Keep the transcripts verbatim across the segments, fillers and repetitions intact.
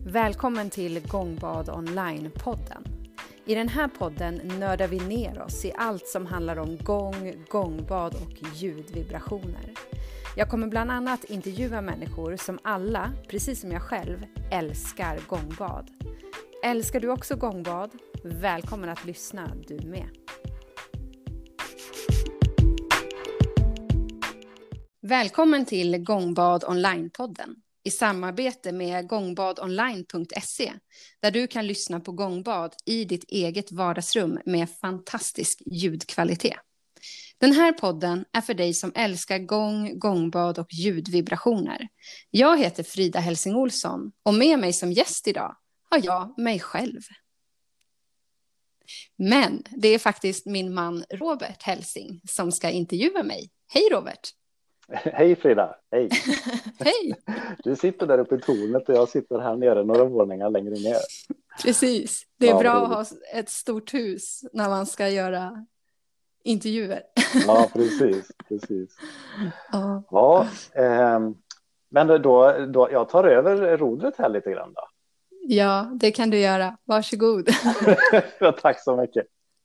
Välkommen till Gångbad Online-podden. I den här podden nördar vi ner oss i allt som handlar om gång, gångbad och ljudvibrationer. Jag kommer bland annat intervjua människor som alla, precis som jag själv, älskar gångbad. Älskar du också gångbad? Välkommen att lyssna du med. Välkommen till Gångbad Online-podden i samarbete med gångbadonline punkt se där du kan lyssna på gångbad i ditt eget vardagsrum med fantastisk ljudkvalitet. Den här podden är för dig som älskar gång, gångbad och ljudvibrationer. Jag heter Frida Helsing Olsson och med mig som gäst idag har jag mig själv. Men det är faktiskt min man Robert Helsing som ska intervjua mig. Hej Robert! Hej Frida, hej! Hej! Du sitter där uppe i tornet och jag sitter här nere några våningar längre ner. Precis, det är ja, bra roligt. att ha ett stort hus när man ska göra intervjuer. Ja, precis, precis. Ja, ja eh, men då, då, jag tar över rodret här lite grann då. Ja, det kan du göra. Varsågod. Tack så mycket.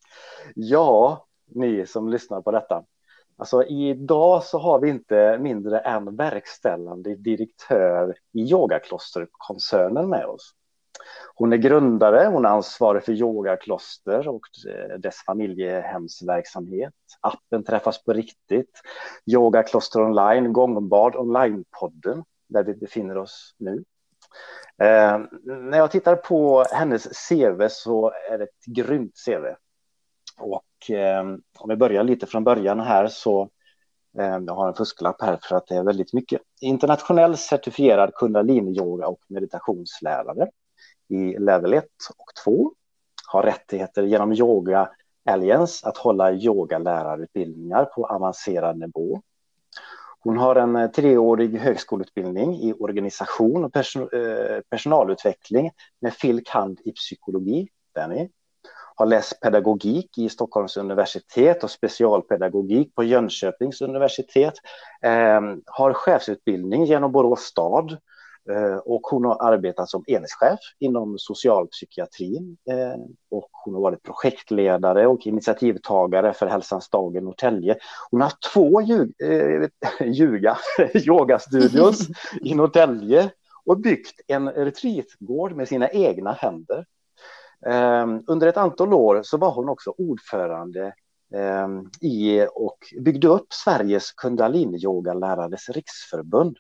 Ja, ni som lyssnar på detta. Alltså idag så har vi inte mindre än verkställande direktör i Yogakloster-koncernen med oss. Hon är grundare, hon är ansvarig för Yogakloster och dess familjehemsverksamhet. Appen Träffas på riktigt, Yogakloster online, Gångbad online-podden där vi befinner oss nu. Eh, när jag tittar på hennes C V så är det ett grymt C V. Och eh, om vi börjar lite från början här så eh, jag har en fusklapp här för att det är väldigt mycket. Internationell certifierad kundalini-yoga och meditationslärare i level ett och två. Har rättigheter genom Yoga Alliance att hålla yogalärarutbildningar på avancerad nivå. Hon har en treårig högskoleutbildning i organisation och person- eh, personalutveckling med fil.kand. I psykologi. Danny. Har läst pedagogik i Stockholms universitet och specialpedagogik på Jönköpings universitet. Eh, har chefsutbildning genom Borås stad eh, och hon har arbetat som enhetschef inom socialpsykiatrin. Eh, och hon har varit projektledare och initiativtagare för Hälsans dag i Norrtälje. Hon har två ljug, eh, ljuga, yogastudios i Norrtälje och byggt en retreatgård med sina egna händer. Um, under ett antal år så var hon också ordförande um, i och byggde upp Sveriges kundalini-yogalärares riksförbund.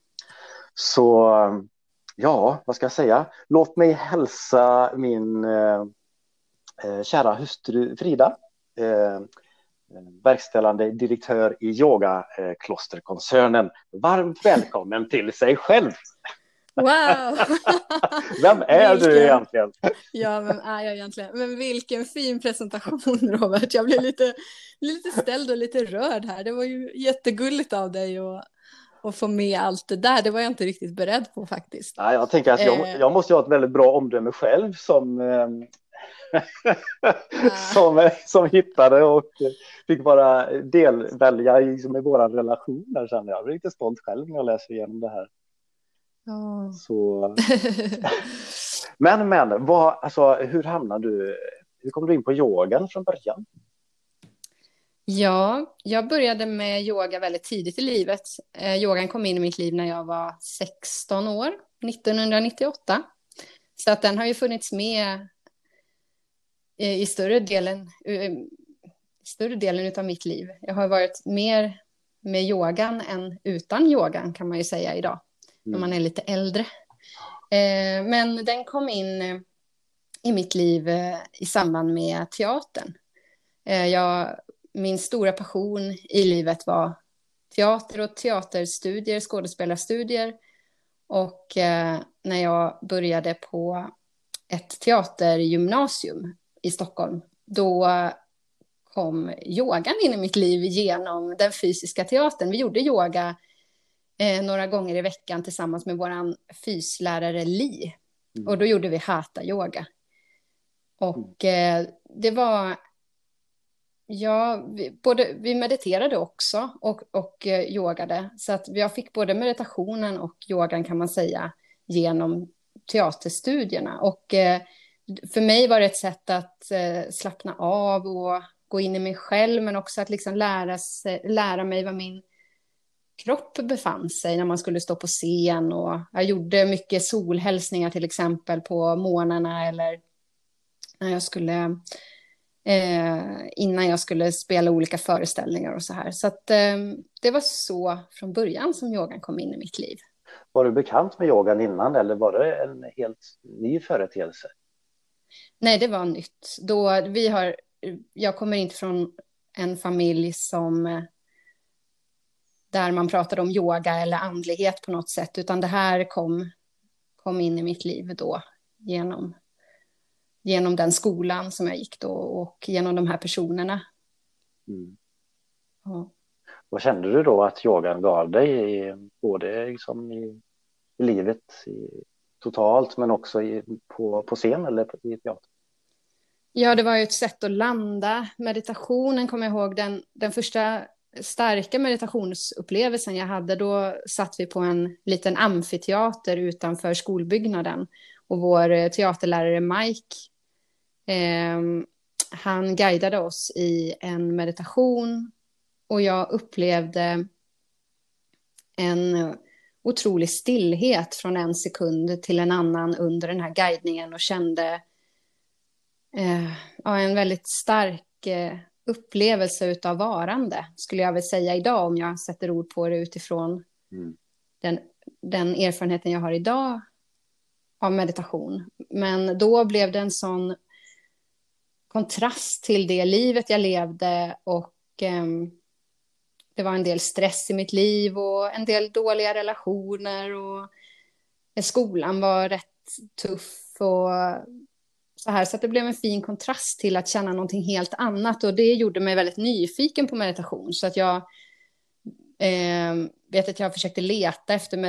Så ja, vad ska jag säga? Låt mig hälsa min uh, uh, kära hustru Frida, uh, verkställande direktör i Yogaklosterkoncernen. Varmt välkommen till sig själv! wow! Vem är vilken... du egentligen? Ja, vem är jag egentligen? Men vilken fin presentation, Robert. Jag blev lite, lite ställd och lite rörd här. Det var ju jättegulligt av dig att, att få med allt det där. Det var jag inte riktigt beredd på faktiskt. Ja, jag tänker att jag, jag måste ha ett väldigt bra omdöme själv som, som, som hittade och fick vara delvälja i, i våra relationer. Jag är riktigt stolt själv när jag läser igenom det här. Oh. Så... men men vad, alltså, hur hamnade du hur kom du in på yogan från början? Ja, jag började med yoga väldigt tidigt i livet. Eh, yogan kom in i mitt liv när jag var sexton år, nittonhundranittioåtta. Så att den har ju funnits med i, i större delen i större delen av mitt liv. Jag har varit mer med yogan än utan yogan kan man ju säga idag. När man är lite äldre. Eh, men den kom in eh, i mitt liv eh, i samband med teatern. Eh, jag, min stora passion i livet var teater och teaterstudier, skådespelarstudier. Och eh, när jag började på ett teatergymnasium i Stockholm, då kom yogan in i mitt liv genom den fysiska teatern. Vi gjorde yoga Eh, några gånger i veckan tillsammans med våran fyslärare Li. Mm. Och då gjorde vi hatha yoga. Och eh, det var... Ja, vi, både, vi mediterade också och, och eh, yogade. Så att jag fick både meditationen och yogan kan man säga genom teaterstudierna. Och eh, för mig var det ett sätt att eh, slappna av och gå in i mig själv, men också att liksom lära, sig, lära mig vad min kropp befann sig när man skulle stå på scen. Och jag gjorde mycket solhälsningar till exempel på morgnarna, eller när jag skulle eh, innan jag skulle spela olika föreställningar och så här. Så att, eh, det var så från början som yogan kom in i mitt liv. Var du bekant med yogan innan, eller var det en helt ny företeelse? Nej, det var nytt. Då vi har, jag kommer inte från en familj som eh, där man pratade om yoga eller andlighet på något sätt, utan det här kom, kom in i mitt liv då genom, genom den skolan som jag gick då och genom de här personerna. Mm. Ja. Vad kände du då att yogan gav dig, i, både liksom i, i livet i, totalt, men också i, på, på scen eller på, i teater? Ja, det var ju ett sätt att landa. Meditationen kommer jag ihåg, den, den första starka meditationsupplevelsen jag hade, då satt vi på en liten amfiteater utanför skolbyggnaden. Och vår teaterlärare Mike, eh, han guidade oss i en meditation. Och jag upplevde en otrolig stillhet från en sekund till en annan under den här guidningen, och kände eh, ja, en väldigt stark eh, upplevelse utav varande, skulle jag väl säga idag, om jag sätter ord på det utifrån mm. den, den erfarenheten jag har idag av meditation. Men då blev det en sån kontrast till det livet jag levde, och eh, det var en del stress i mitt liv och en del dåliga relationer, och skolan var rätt tuff och så här. Så att det blev en fin kontrast till att känna någonting helt annat, och det gjorde mig väldigt nyfiken på meditation. Så att jag eh, vet att jag försökte leta efter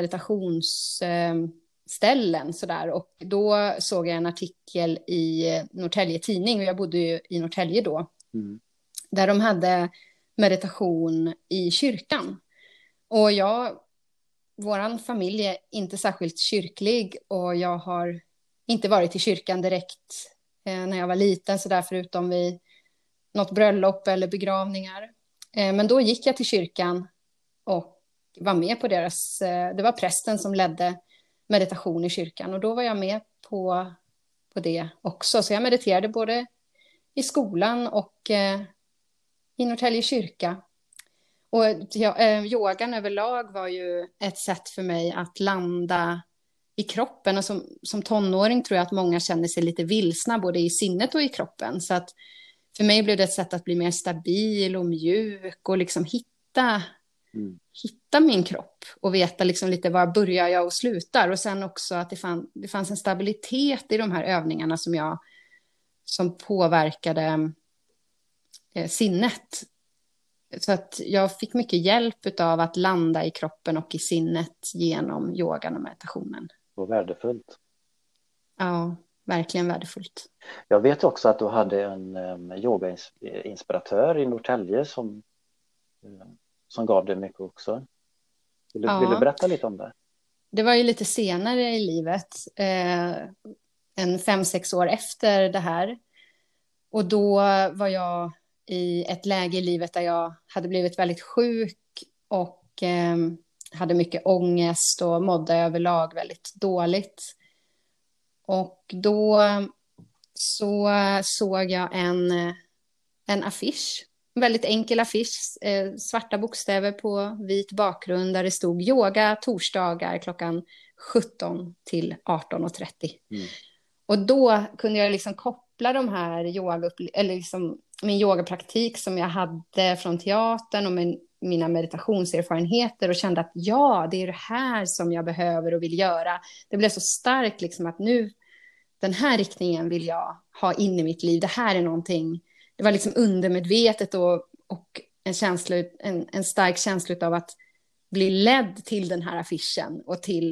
meditationsställen eh, sådär, och då såg jag en artikel i Norrtälje Tidning, och jag bodde ju i Norrtälje då, mm. där de hade meditation i kyrkan. Och jag, våran familj är inte särskilt kyrklig, och jag har inte varit i kyrkan direkt eh, när jag var liten, så där, förutom vid något bröllop eller begravningar. Eh, men då gick jag till kyrkan och var med på deras, eh, det var prästen som ledde meditation i kyrkan, och då var jag med på, på det också. Så jag mediterade både i skolan och eh, i Norrtälje kyrka. Och ja, eh, yogan överlag var ju ett sätt för mig att landa i kroppen. Och som, som tonåring tror jag att många känner sig lite vilsna både i sinnet och i kroppen. Så att för mig blev det ett sätt att bli mer stabil och mjuk och liksom hitta, mm. hitta min kropp och veta liksom lite var börjar jag och slutar. Och sen också att det, fann, det fanns en stabilitet i de här övningarna som jag som påverkade eh, sinnet. Så att jag fick mycket hjälp av att landa i kroppen och i sinnet genom yogan och meditationen. Och värdefullt. Ja, verkligen värdefullt. Jag vet också att du hade en um, yogainspiratör i Norrtälje som, um, som gav dig mycket också. Vill du, ja. vill du berätta lite om det? Det var ju lite senare i livet, eh, en fem, sex år efter det här. Och då var jag i ett läge i livet där jag hade blivit väldigt sjuk och eh, hade mycket ångest och mådde överlag väldigt dåligt. Och då så såg jag en, en affisch, en väldigt enkel affisch, eh, svarta bokstäver på vit bakgrund där det stod yoga torsdagar klockan sjutton till arton och trettio. Mm. Och då kunde jag liksom koppla de här yoga, eller liksom min yogapraktik som jag hade från teatern och min, mina meditationserfarenheter, och kände att ja, det är det här som jag behöver och vill göra. Det blev så starkt liksom att nu, den här riktningen vill jag ha in i mitt liv. Det här är någonting, det var liksom undermedvetet och, och en, känsla, en, en stark känsla av att bli ledd till den här affischen och till,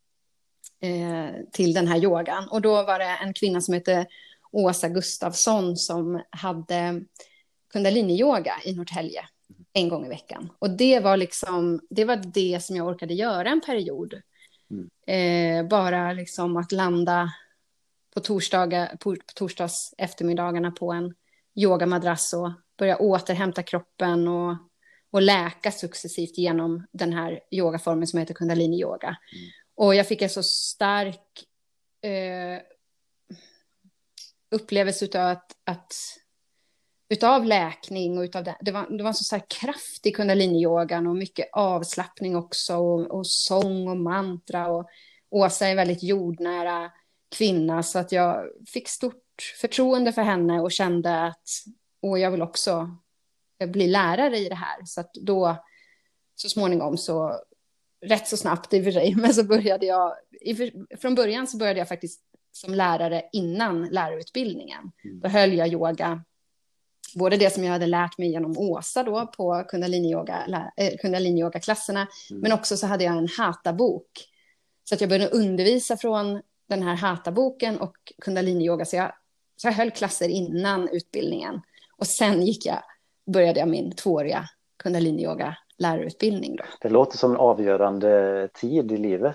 eh, till den här yogan. Och då var det en kvinna som heter Åsa Gustafsson som hade kundalini-yoga i Norrtälje en gång i veckan. Och det var liksom, det var det som jag orkade göra en period. Mm. Eh, bara liksom att landa på, torsdagar, på, på torsdags eftermiddagarna på en yogamadrass och börja återhämta kroppen och, och läka successivt genom den här yogaformen som heter kundalini yoga. Mm. Och jag fick en så stark eh, upplevelse utav att, att utav läkning och utav det. Det var, det var en så stark kraft i kundalini-yogan och mycket avslappning också och, och sång och mantra. Och Åsa är väldigt jordnära kvinna så att jag fick stort förtroende för henne och kände att och jag vill också bli lärare i det här. Så att då så småningom så rätt så snabbt i och för sig, men så började jag i, från början så började jag faktiskt som lärare innan lärarutbildningen. Mm. Då höll jag yoga, både det som jag hade lärt mig genom Åsa då på kundalini-yoga, eh, kundalini-yoga-klasserna, Mm. men också så hade jag en hatha-bok. Så att jag började undervisa från den här hatha-boken och kundalini-yoga, så jag, så jag höll klasser innan utbildningen. Och sen gick jag, började jag min tvååriga kundalini-yoga lärarutbildning då. Det låter som en avgörande tid i livet.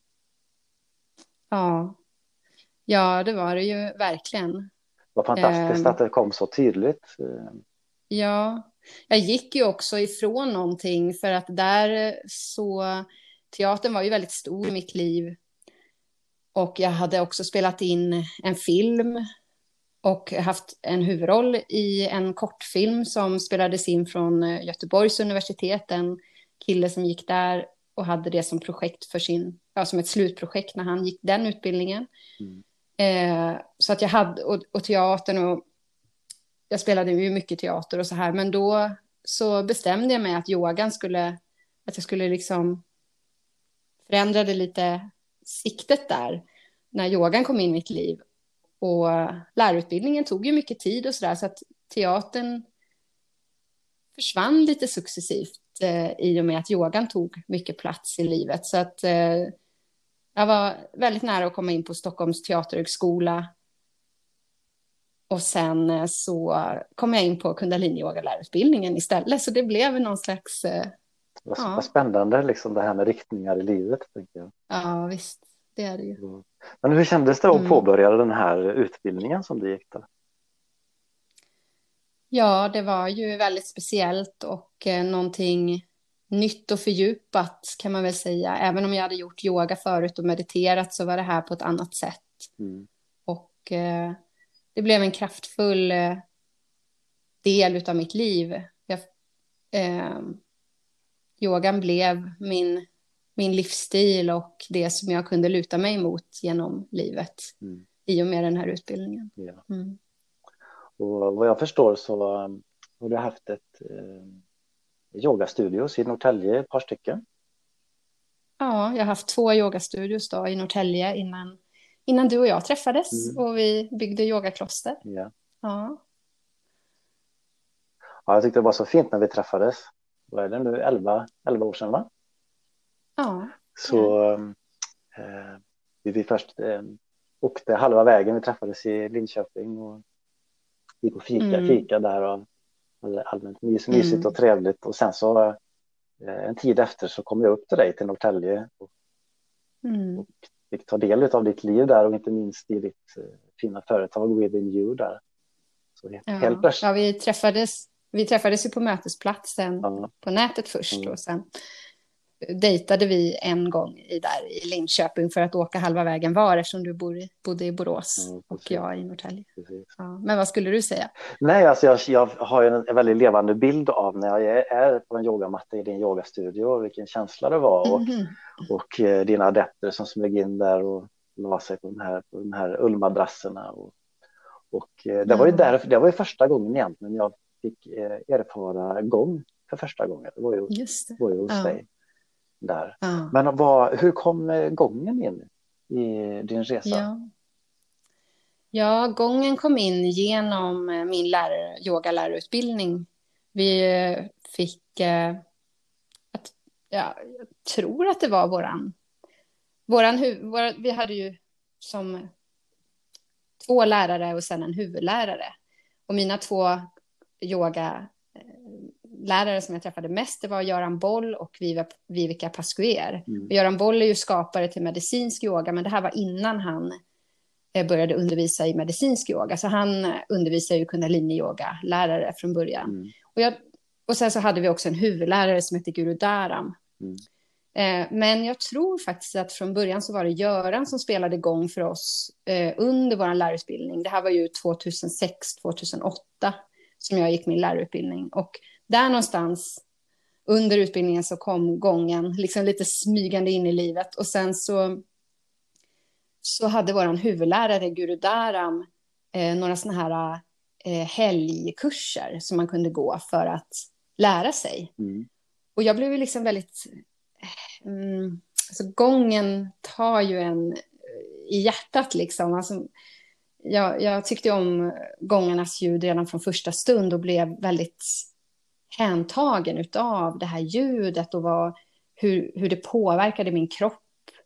Ja, ja det var det ju verkligen. Vad fantastiskt Eh, att det kom så tydligt. ja, jag gick ju också ifrån någonting för att där så, teatern var ju väldigt stor i mitt liv. Och jag hade också spelat in en film och haft en huvudroll i en kortfilm som spelades in från Göteborgs universitet. En kille som gick där och hade det som projekt för sin, ja, som ett slutprojekt när han gick den utbildningen. Mm. Eh, så att jag hade, och, och teatern och jag spelade ju mycket teater och så här, men då så bestämde jag mig att yogan skulle, att jag skulle liksom förändrade lite siktet där när yogan kom in i mitt liv. Och lärarutbildningen tog ju mycket tid och sådär, så att teatern försvann lite successivt eh, i och med att yogan tog mycket plats i livet. Så att eh, jag var väldigt nära att komma in på Stockholms teaterhögskola. Och sen eh, så kom jag in på kundalini-yoga-lärarutbildningen istället. Så det blev någon slags... Eh, Vad, ja. vad spännande liksom det här med riktningar i livet, tänker jag. Ja, visst. Det är det ju. Mm. Men hur kändes det att Mm. påbörja den här utbildningen som du gick där? Ja, det var ju väldigt speciellt och eh, någonting nytt och fördjupat kan man väl säga. Även om jag hade gjort yoga förut och mediterat så var det här på ett annat sätt. Mm. Och eh, det blev en kraftfull eh, del av mitt liv. Jag, eh, yogan blev min, min livsstil och det som jag kunde luta mig emot genom livet Mm. i och med den här utbildningen. Ja. Mm. Och vad jag förstår så um, har du haft ett eh, yogastudios i Norrtälje, ett par stycken. Ja, jag har haft två yogastudios då i Norrtälje innan, innan du och jag träffades. Mm. Och vi byggde yogakloster. Ja. Ja. Ja, jag tyckte det var så fint när vi träffades. Vad är det nu? elva, elva år sedan, va? Ja. Så eh, vi, vi först eh, åkte halva vägen. Vi träffades i Linköping och gick och fika, Mm. fika där och hade allmänt mys, Mm. mysigt och trevligt. Och sen så eh, en tid efter så kom jag upp till dig till Norrtälje och, Mm. och fick ta del av ditt liv där och inte minst i ditt eh, fina företag Within You där. Så helt, Ja. helt plötsligt. Ja, vi träffades, vi träffades ju på mötesplatsen Ja. på nätet först. Mm. Och sen dejtade vi en gång i, där i Linköping för att åka halva vägen var eftersom du bor i, bodde i Borås Ja, och precis. jag i Norrtälje. Precis. Ja. Men vad skulle du säga? Nej, alltså jag, jag har ju en, en väldigt levande bild av när jag är på en yogamatta i din yogastudio och vilken känsla det var och, Mhm. och eh, dina adepter som smög in där och la sig på de här, på de här ullmadrasserna och, och eh, det var ju Ja. där, det var ju första gången egentligen jag fick eh, erfara gång för första gången. Det var ju, Just det. var ju hos Ja. dig där. Ja. Men vad, hur kom eh, gången in i din resa? Ja. Ja, gången kom in genom eh, min lärare, yogalärarutbildning. Vi eh, fick, eh, att, ja, jag tror att det var våran, våran hu- våra, vi hade ju som två lärare och sen en huvudlärare. Och mina två yogalärare lärare som jag träffade mest, det var Göran Boll och Viva, Vivica Pasquer. Mm. Och Göran Boll är ju skapare till medicinsk yoga, men det här var innan han eh, började undervisa i medicinsk yoga. Så han undervisar ju kundalini-yoga, lärare från början. Mm. Och, jag, och sen så hade vi också en huvudlärare som heter Guru Dharam. Mm. Eh, men jag tror faktiskt att från början så var det Göran som spelade igång för oss eh, under vår lärarutbildning. Det här var ju tjugohundrasex tjugohundraåtta som jag gick min lärarutbildning. Och där någonstans under utbildningen så kom gången liksom lite smygande in i livet. Och sen så, så hade vår huvudlärare Guru Dharam eh, några såna här eh, helgkurser som man kunde gå för att lära sig. Mm. Och jag blev ju liksom väldigt... Mm, alltså gången tar ju en i hjärtat liksom. Alltså, jag, jag tyckte om gångarnas ljud redan från första stund och blev väldigt häntagen utav det här ljudet och vad, hur, hur det påverkade min kropp.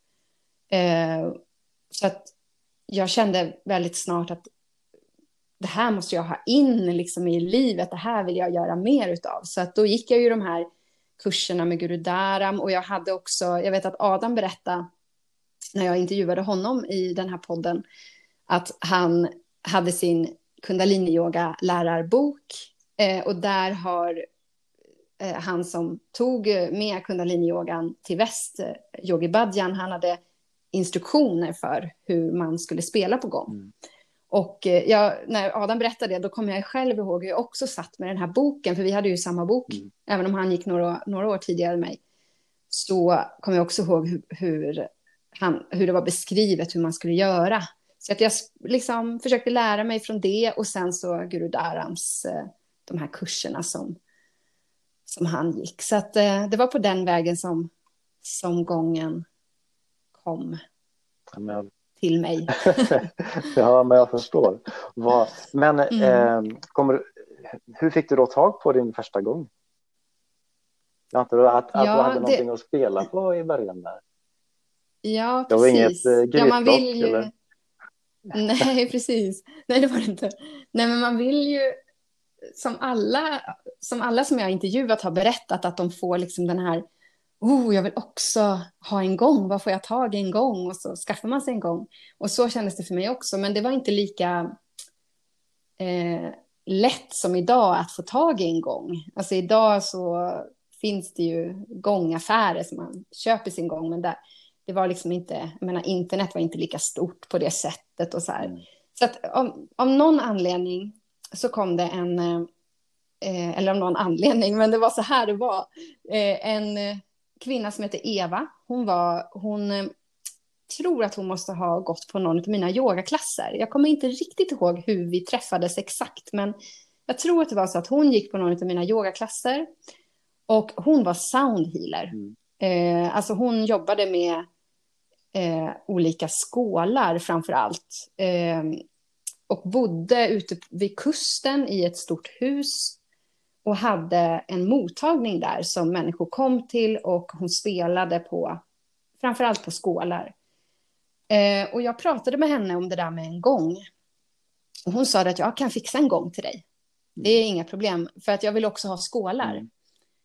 Eh, så att jag kände väldigt snart att det här måste jag ha in liksom i livet. Det här vill jag göra mer utav. Så att då gick jag ju de här kurserna med Guru Dharam, och jag hade också, jag vet att Adam berättade när jag intervjuade honom i den här podden att han hade sin kundalini-yoga lärarbok eh, och där har eh, han som tog med kundalini-yogan till väst, eh, Yogi Bhajan, han hade instruktioner för hur man skulle spela på gång. Mm. Och eh, jag, när Adam berättade det, då kom jag själv ihåg hur jag också satt med den här boken, för vi hade ju samma bok, mm. även om han gick några, några år tidigare än mig. Så kom jag också ihåg hur, hur, han, hur det var beskrivet hur man skulle göra. Så att jag liksom försökte lära mig från det, och sen så Guru Dharams, eh, de här kurserna som, som han gick. Så att eh, det var på den vägen som, som gången kom. Men... till mig. Ja, men jag förstår. Vad... Men mm. eh, kommer... hur fick du då tag på din första gång? Jag antar att, att ja, du hade det... någonting att spela på i början där. Ja, det precis. Det var inget eh, ja, man vill ju... eller? Nej, precis. Nej, det var det inte. Nej, men man vill ju, som alla som, alla som jag har intervjuat har berättat, att de får liksom den här, oh, jag vill också ha en gång, vad får jag tag i en gång? Och så skaffar man sig en gång. Och så kändes det för mig också, men det var inte lika eh, lätt som idag att få tag i en gång. Alltså idag så finns det ju gångaffärer som man köper sin gång, men där, det var liksom inte, jag menar, internet var inte lika stort på det sättet och så här. Mm. Så att om, om någon anledning så kom det en, eh, eller om någon anledning, men det var så här det var, eh, en kvinna som heter Eva, hon var, hon eh, tror att hon måste ha gått på någon av mina yogaklasser. Jag kommer inte riktigt ihåg hur vi träffades exakt, men jag tror att det var så att hon gick på någon av mina yogaklasser, och hon var soundhealer. Mm. Eh, alltså hon jobbade med eh, olika skålar framför allt. Eh, och bodde ute vid kusten i ett stort hus. Och hade en mottagning där som människor kom till. Och hon spelade på, framför allt på skålar. Eh, och jag pratade med henne om det där med en gång. Och hon sa att jag kan fixa en gång till dig. Det är inga problem. För att jag vill också ha skålar. Mm.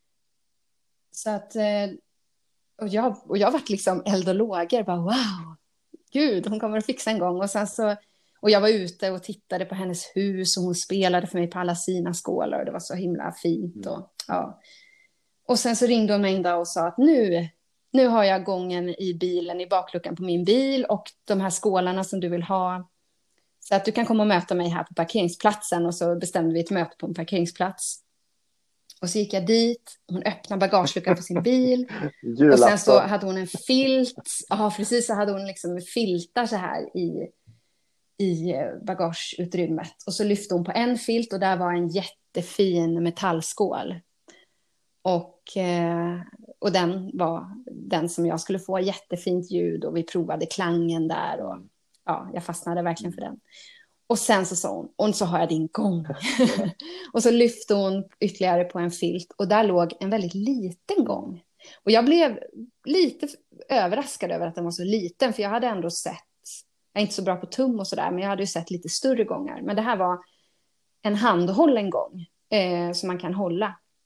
Så att... Eh, Och jag, och jag varit liksom eld och lågor. Bara, wow, gud, hon kommer att fixa en gång. Och, sen så, och jag var ute och tittade på hennes hus. Och hon spelade för mig på alla sina skålar. Och det var så himla fint. Och, ja. Och sen så ringde hon mig en dag och sa att nu, nu har jag gången i bilen, i bakluckan på min bil. Och de här skålarna som du vill ha. Så att du kan komma och möta mig här på parkeringsplatsen. Och så bestämde vi ett möte på en parkeringsplats. Och så gick jag dit, hon öppnade bagageluckan på sin bil. Och sen så hade hon en filt. Ja, precis, så hade hon liksom filtar så här i, i bagageutrymmet. Och så lyfte hon på en filt och där var en jättefin metallskål. Och, och den var den som jag skulle få, jättefint ljud. Och vi provade klangen där och ja, jag fastnade verkligen för den. Och sen så sa hon, och så har jag din gång. Och så lyfte hon ytterligare på en filt. Och där låg en väldigt liten gång. Och jag blev lite överraskad över att den var så liten. För jag hade ändå sett, jag är inte så bra på tum och sådär, men jag hade ju sett lite större gångar. Men det här var en handhållen gång eh, som man kan hålla.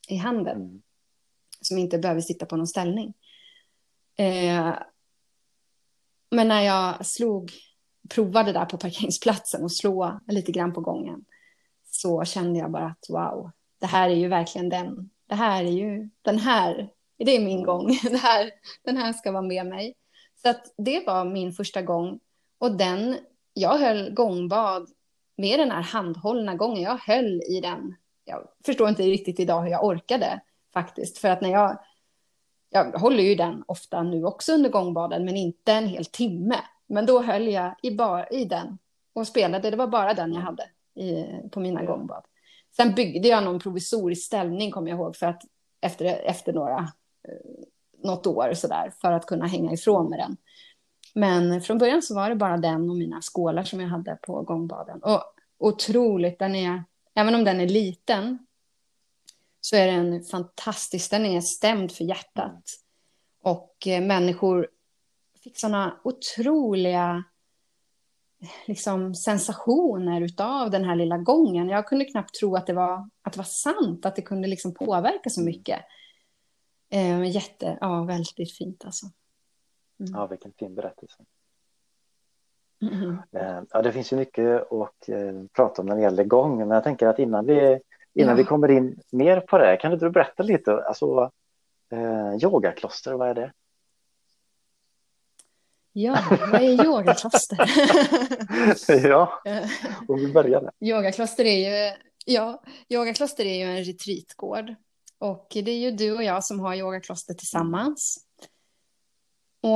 i handen. Mm. Som inte behöver sitta på någon ställning. Eh, men när jag slog, provade där på parkeringsplatsen och slå lite grann på gången, så kände jag bara att wow, det här är ju verkligen den. Det här är ju den här. Det är min gång. Det här, den här ska vara med mig. Så att det var min första gång. Och den, jag höll gångbad med den här handhållna gången. Jag höll i den. Jag förstår inte riktigt idag hur jag orkade faktiskt. För att när jag, jag håller ju den ofta nu också under gångbaden, men inte en hel timme. Men då höll jag i, bar, i den och spelade. Det var bara den jag hade i, på mina Ja. gångbad. Sen byggde jag någon provisorisk ställning, kommer jag ihåg, för att efter, efter några, något år sådär, för att kunna hänga ifrån med den. Men från början så var det bara den och mina skålar som jag hade på gångbaden. Och otroligt, den är, även om den är liten, så är den fantastisk. Den är stämd för hjärtat. Och eh, människor fick sådana otroliga liksom, sensationer utav den här lilla gången. Jag kunde knappt tro att det var, att det var sant, att det kunde liksom påverka så mycket. Eh, jätte, ja, väldigt fint alltså. Mm. Ja, vilken fin berättelse. Mm. Eh, ja, det finns ju mycket att eh, prata om när det gäller gång, men jag tänker att innan vi, innan Ja. vi kommer in mer på det, kan du berätta lite, alltså eh, yogakloster, vad är det? Ja, vad är yogakloster? Ja, och vi börjar där. Yogakloster är ju, ja, yogakloster är ju en retreatgård. Och det är ju du och jag som har yogakloster tillsammans. Och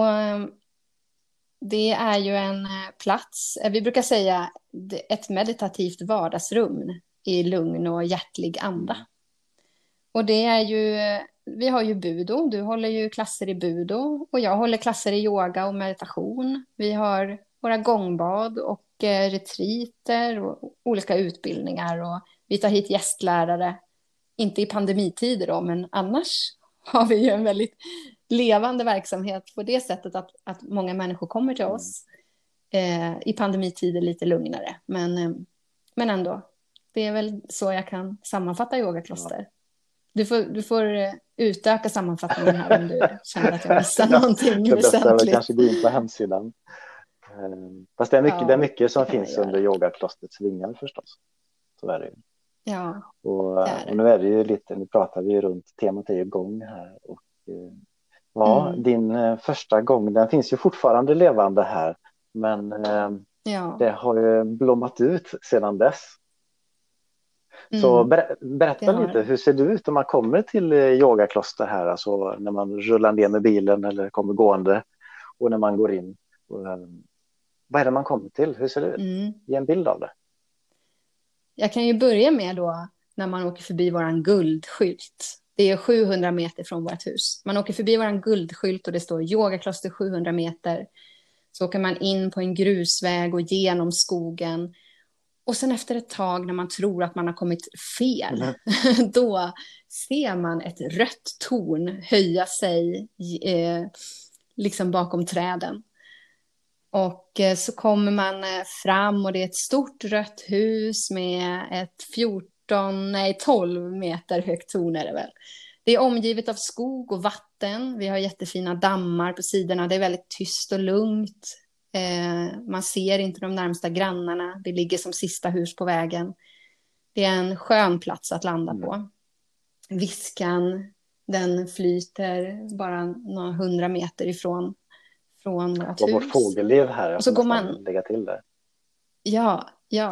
det är ju en plats, vi brukar säga ett meditativt vardagsrum i lugn och hjärtlig anda. Och det är ju, vi har ju budo, du håller ju klasser i budo och jag håller klasser i yoga och meditation. Vi har våra gångbad och eh, retreater och olika utbildningar och vi tar hit gästlärare, inte i pandemitider då, men annars har vi ju en väldigt levande verksamhet på det sättet att, att många människor kommer till oss eh, i pandemitider lite lugnare, men, eh, men ändå, det är väl så jag kan sammanfatta yogakloster. Ja. Du får, du får utöka sammanfattningen här om du känner att jag missar ja, någonting det bästa väsentligt. är väl kanske gå in på hemsidan. Fast det är mycket, Ja, det är mycket som det kan finns jag under göra. yogaklostrets vingar förstås. Så är det ju. Ja, Och, det är det. och nu är det ju lite, nu pratar vi ju runt temat är ju gång här. Och, ja, Mm. din första gång, den finns ju fortfarande levande här. Men Ja. det har ju blommat ut sedan dess. Mm. Så ber, berätta Det lite, hur ser det ut om man kommer till yogakloster här, alltså när man rullar ner med bilen eller kommer gående och när man går in. Och, vad är det man kommer till? Hur ser det ut? Mm. Ge en bild av det. Jag kan ju börja med då när man åker förbi våran guldskylt. Det är sjuhundra meter från vårt hus. Man åker förbi våran guldskylt och det står yogakloster sjuhundra meter. Så åker man in på en grusväg och genom skogen. Och sen efter ett tag när man tror att man har kommit fel, mm. då ser man ett rött torn höja sig eh, liksom bakom träden. Och eh, så kommer man eh, fram och det är ett stort rött hus med ett fjorton, nej tolv meter högt torn är det väl. Det är omgivet av skog och vatten. Vi har jättefina dammar på sidorna. Det är väldigt tyst och lugnt. Eh, man ser inte de närmsta grannarna. Det ligger som sista hus på vägen. Det är en skön plats att landa mm. på. Viskan, den flyter bara några hundra meter ifrån från vårt och hus. Vårt fågelliv här. Och så går man... lägga till det. Ja, ja.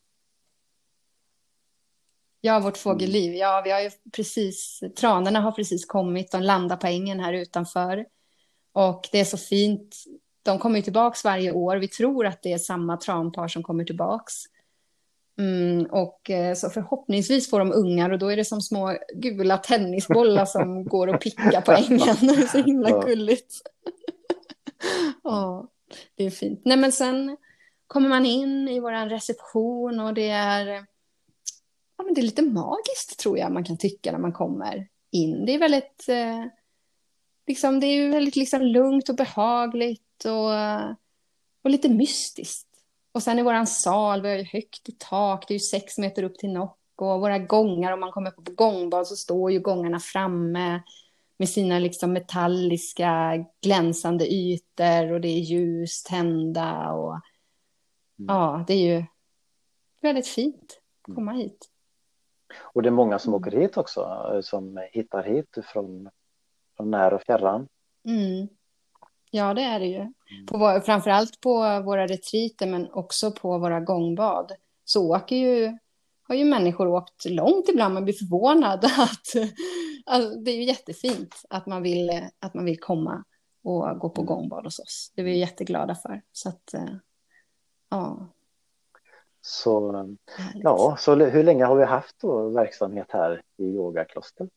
Ja, vårt fågelliv. Ja, vi har ju precis... Tranorna har precis kommit. De landar på ängen här utanför. Och det är så fint. De kommer ju tillbaka varje år. Vi tror att det är samma tranpar som kommer tillbaks. Mm, och så förhoppningsvis får de ungar. Och då är det som små gula tennisbollar som går och pickar på ängen. Det är så himla gulligt. Ja, det är fint. Nej, men sen kommer man in i våran reception och det är, ja, men det är lite magiskt tror jag man kan tycka när man kommer in. Det är väldigt, eh, liksom, det är väldigt liksom lugnt och behagligt och, och lite mystiskt. Och sen i våran sal, vi har ju högt i tak, det är ju sex meter upp till nock och våra gångar, om man kommer på gångbad så står ju gångarna framme med sina liksom metalliska glänsande ytor och det är ljus tända och Mm. ja, det är ju väldigt fint att komma hit. Och det är många som Mm. åker hit också, eh, som hittar hit från, från när och fjärran. Mm. Ja, det är det ju. Mm. På vår, framförallt på våra retriter men också på våra gångbad så åker ju, har ju människor åkt långt ibland. Man blir förvånad att alltså, det är ju jättefint att man vill, att man vill komma och gå på Mm. gångbad hos oss. Det är vi jätteglada för. Så att, eh, ja, Så, härligt. ja, så hur länge har vi haft då verksamhet här i Yogakloster?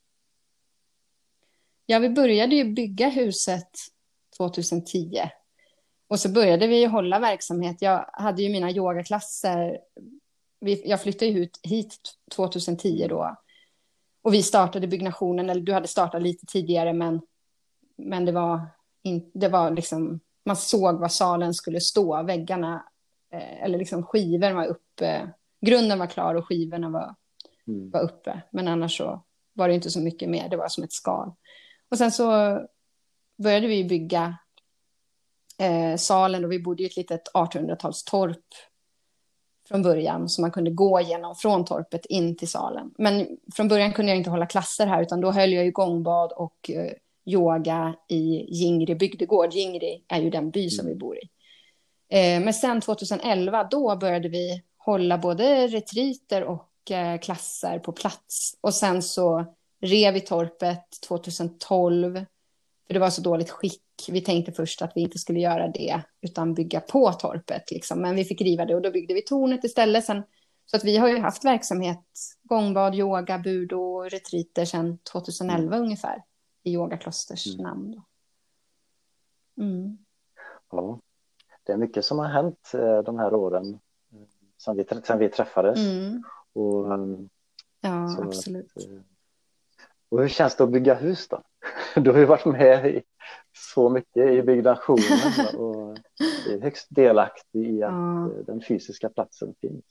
Ja, vi började ju bygga huset tjugohundratio. Och så började vi hålla verksamhet. Jag hade ju mina yogaklasser. Vi, jag flyttade ju hit, hit tjugohundratio då. Och vi startade byggnationen, eller du hade startat lite tidigare, men, men det var, in, det var liksom, man såg var salen skulle stå, väggarna, eh, eller liksom skivorna var uppe. Grunden var klar och skivorna var, Mm. var uppe. Men annars så var det inte så mycket mer, det var som ett skal. Och sen så började vi bygga eh, salen och vi bodde i ett litet artonhundratalstorp från början så man kunde gå igenom från torpet in till salen. Men från början kunde jag inte hålla klasser här utan då höll jag ju gångbad och eh, yoga i Jingri bygdegård. Jingri är ju den by som vi bor i. Eh, men sen tjugoelva då började vi hålla både retriter och eh, klasser på plats. Och sen så rev vi torpet tjugotolv för det var så dåligt skick. Vi tänkte först att vi inte skulle göra det utan bygga på torpet. Liksom. Men vi fick riva det och då byggde vi tornet istället. Sen, så att vi har ju haft verksamhet, gångbad, yoga, bud och retriter sedan tjugoelva mm. ungefär. I Yogaklosters mm. namn. Då. Mm. Ja, det är mycket som har hänt eh, de här åren sedan vi, sedan vi träffades. Mm. Och, um, ja, absolut. Att, eh, och hur känns det att bygga hus då? Du har ju varit med i så mycket i byggnationen och är högst delaktig i att ja. Den fysiska platsen finns.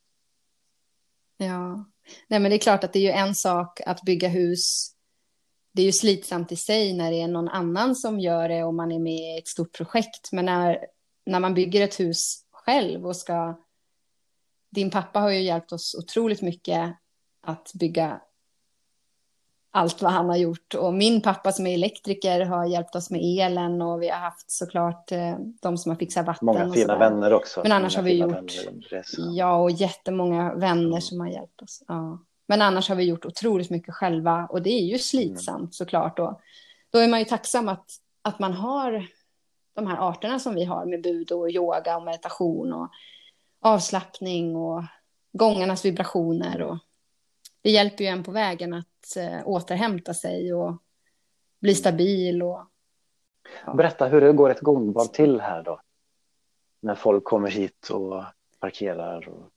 Ja, nej men det är klart att det är ju en sak att bygga hus. Det är ju slitsamt i sig när det är någon annan som gör det och man är med i ett stort projekt. Men när, när man bygger ett hus själv och ska... Din pappa har ju hjälpt oss otroligt mycket att bygga allt vad han har gjort. Och min pappa som är elektriker har hjälpt oss med elen och vi har haft såklart eh, de som har fixat vatten. Många fina vänner också. Men annars många har vi gjort, ja och jättemånga vänner mm. som har hjälpt oss. Ja. Men annars har vi gjort otroligt mycket själva och det är ju slitsamt mm. såklart. Och då är man ju tacksam att, att man har de här arterna som vi har med bud och yoga och meditation och avslappning och gångarnas vibrationer och det hjälper ju en på vägen att äh, återhämta sig och bli stabil. Och, ja. Berätta hur det går ett gångbad till här då. När folk kommer hit och parkerar. Och...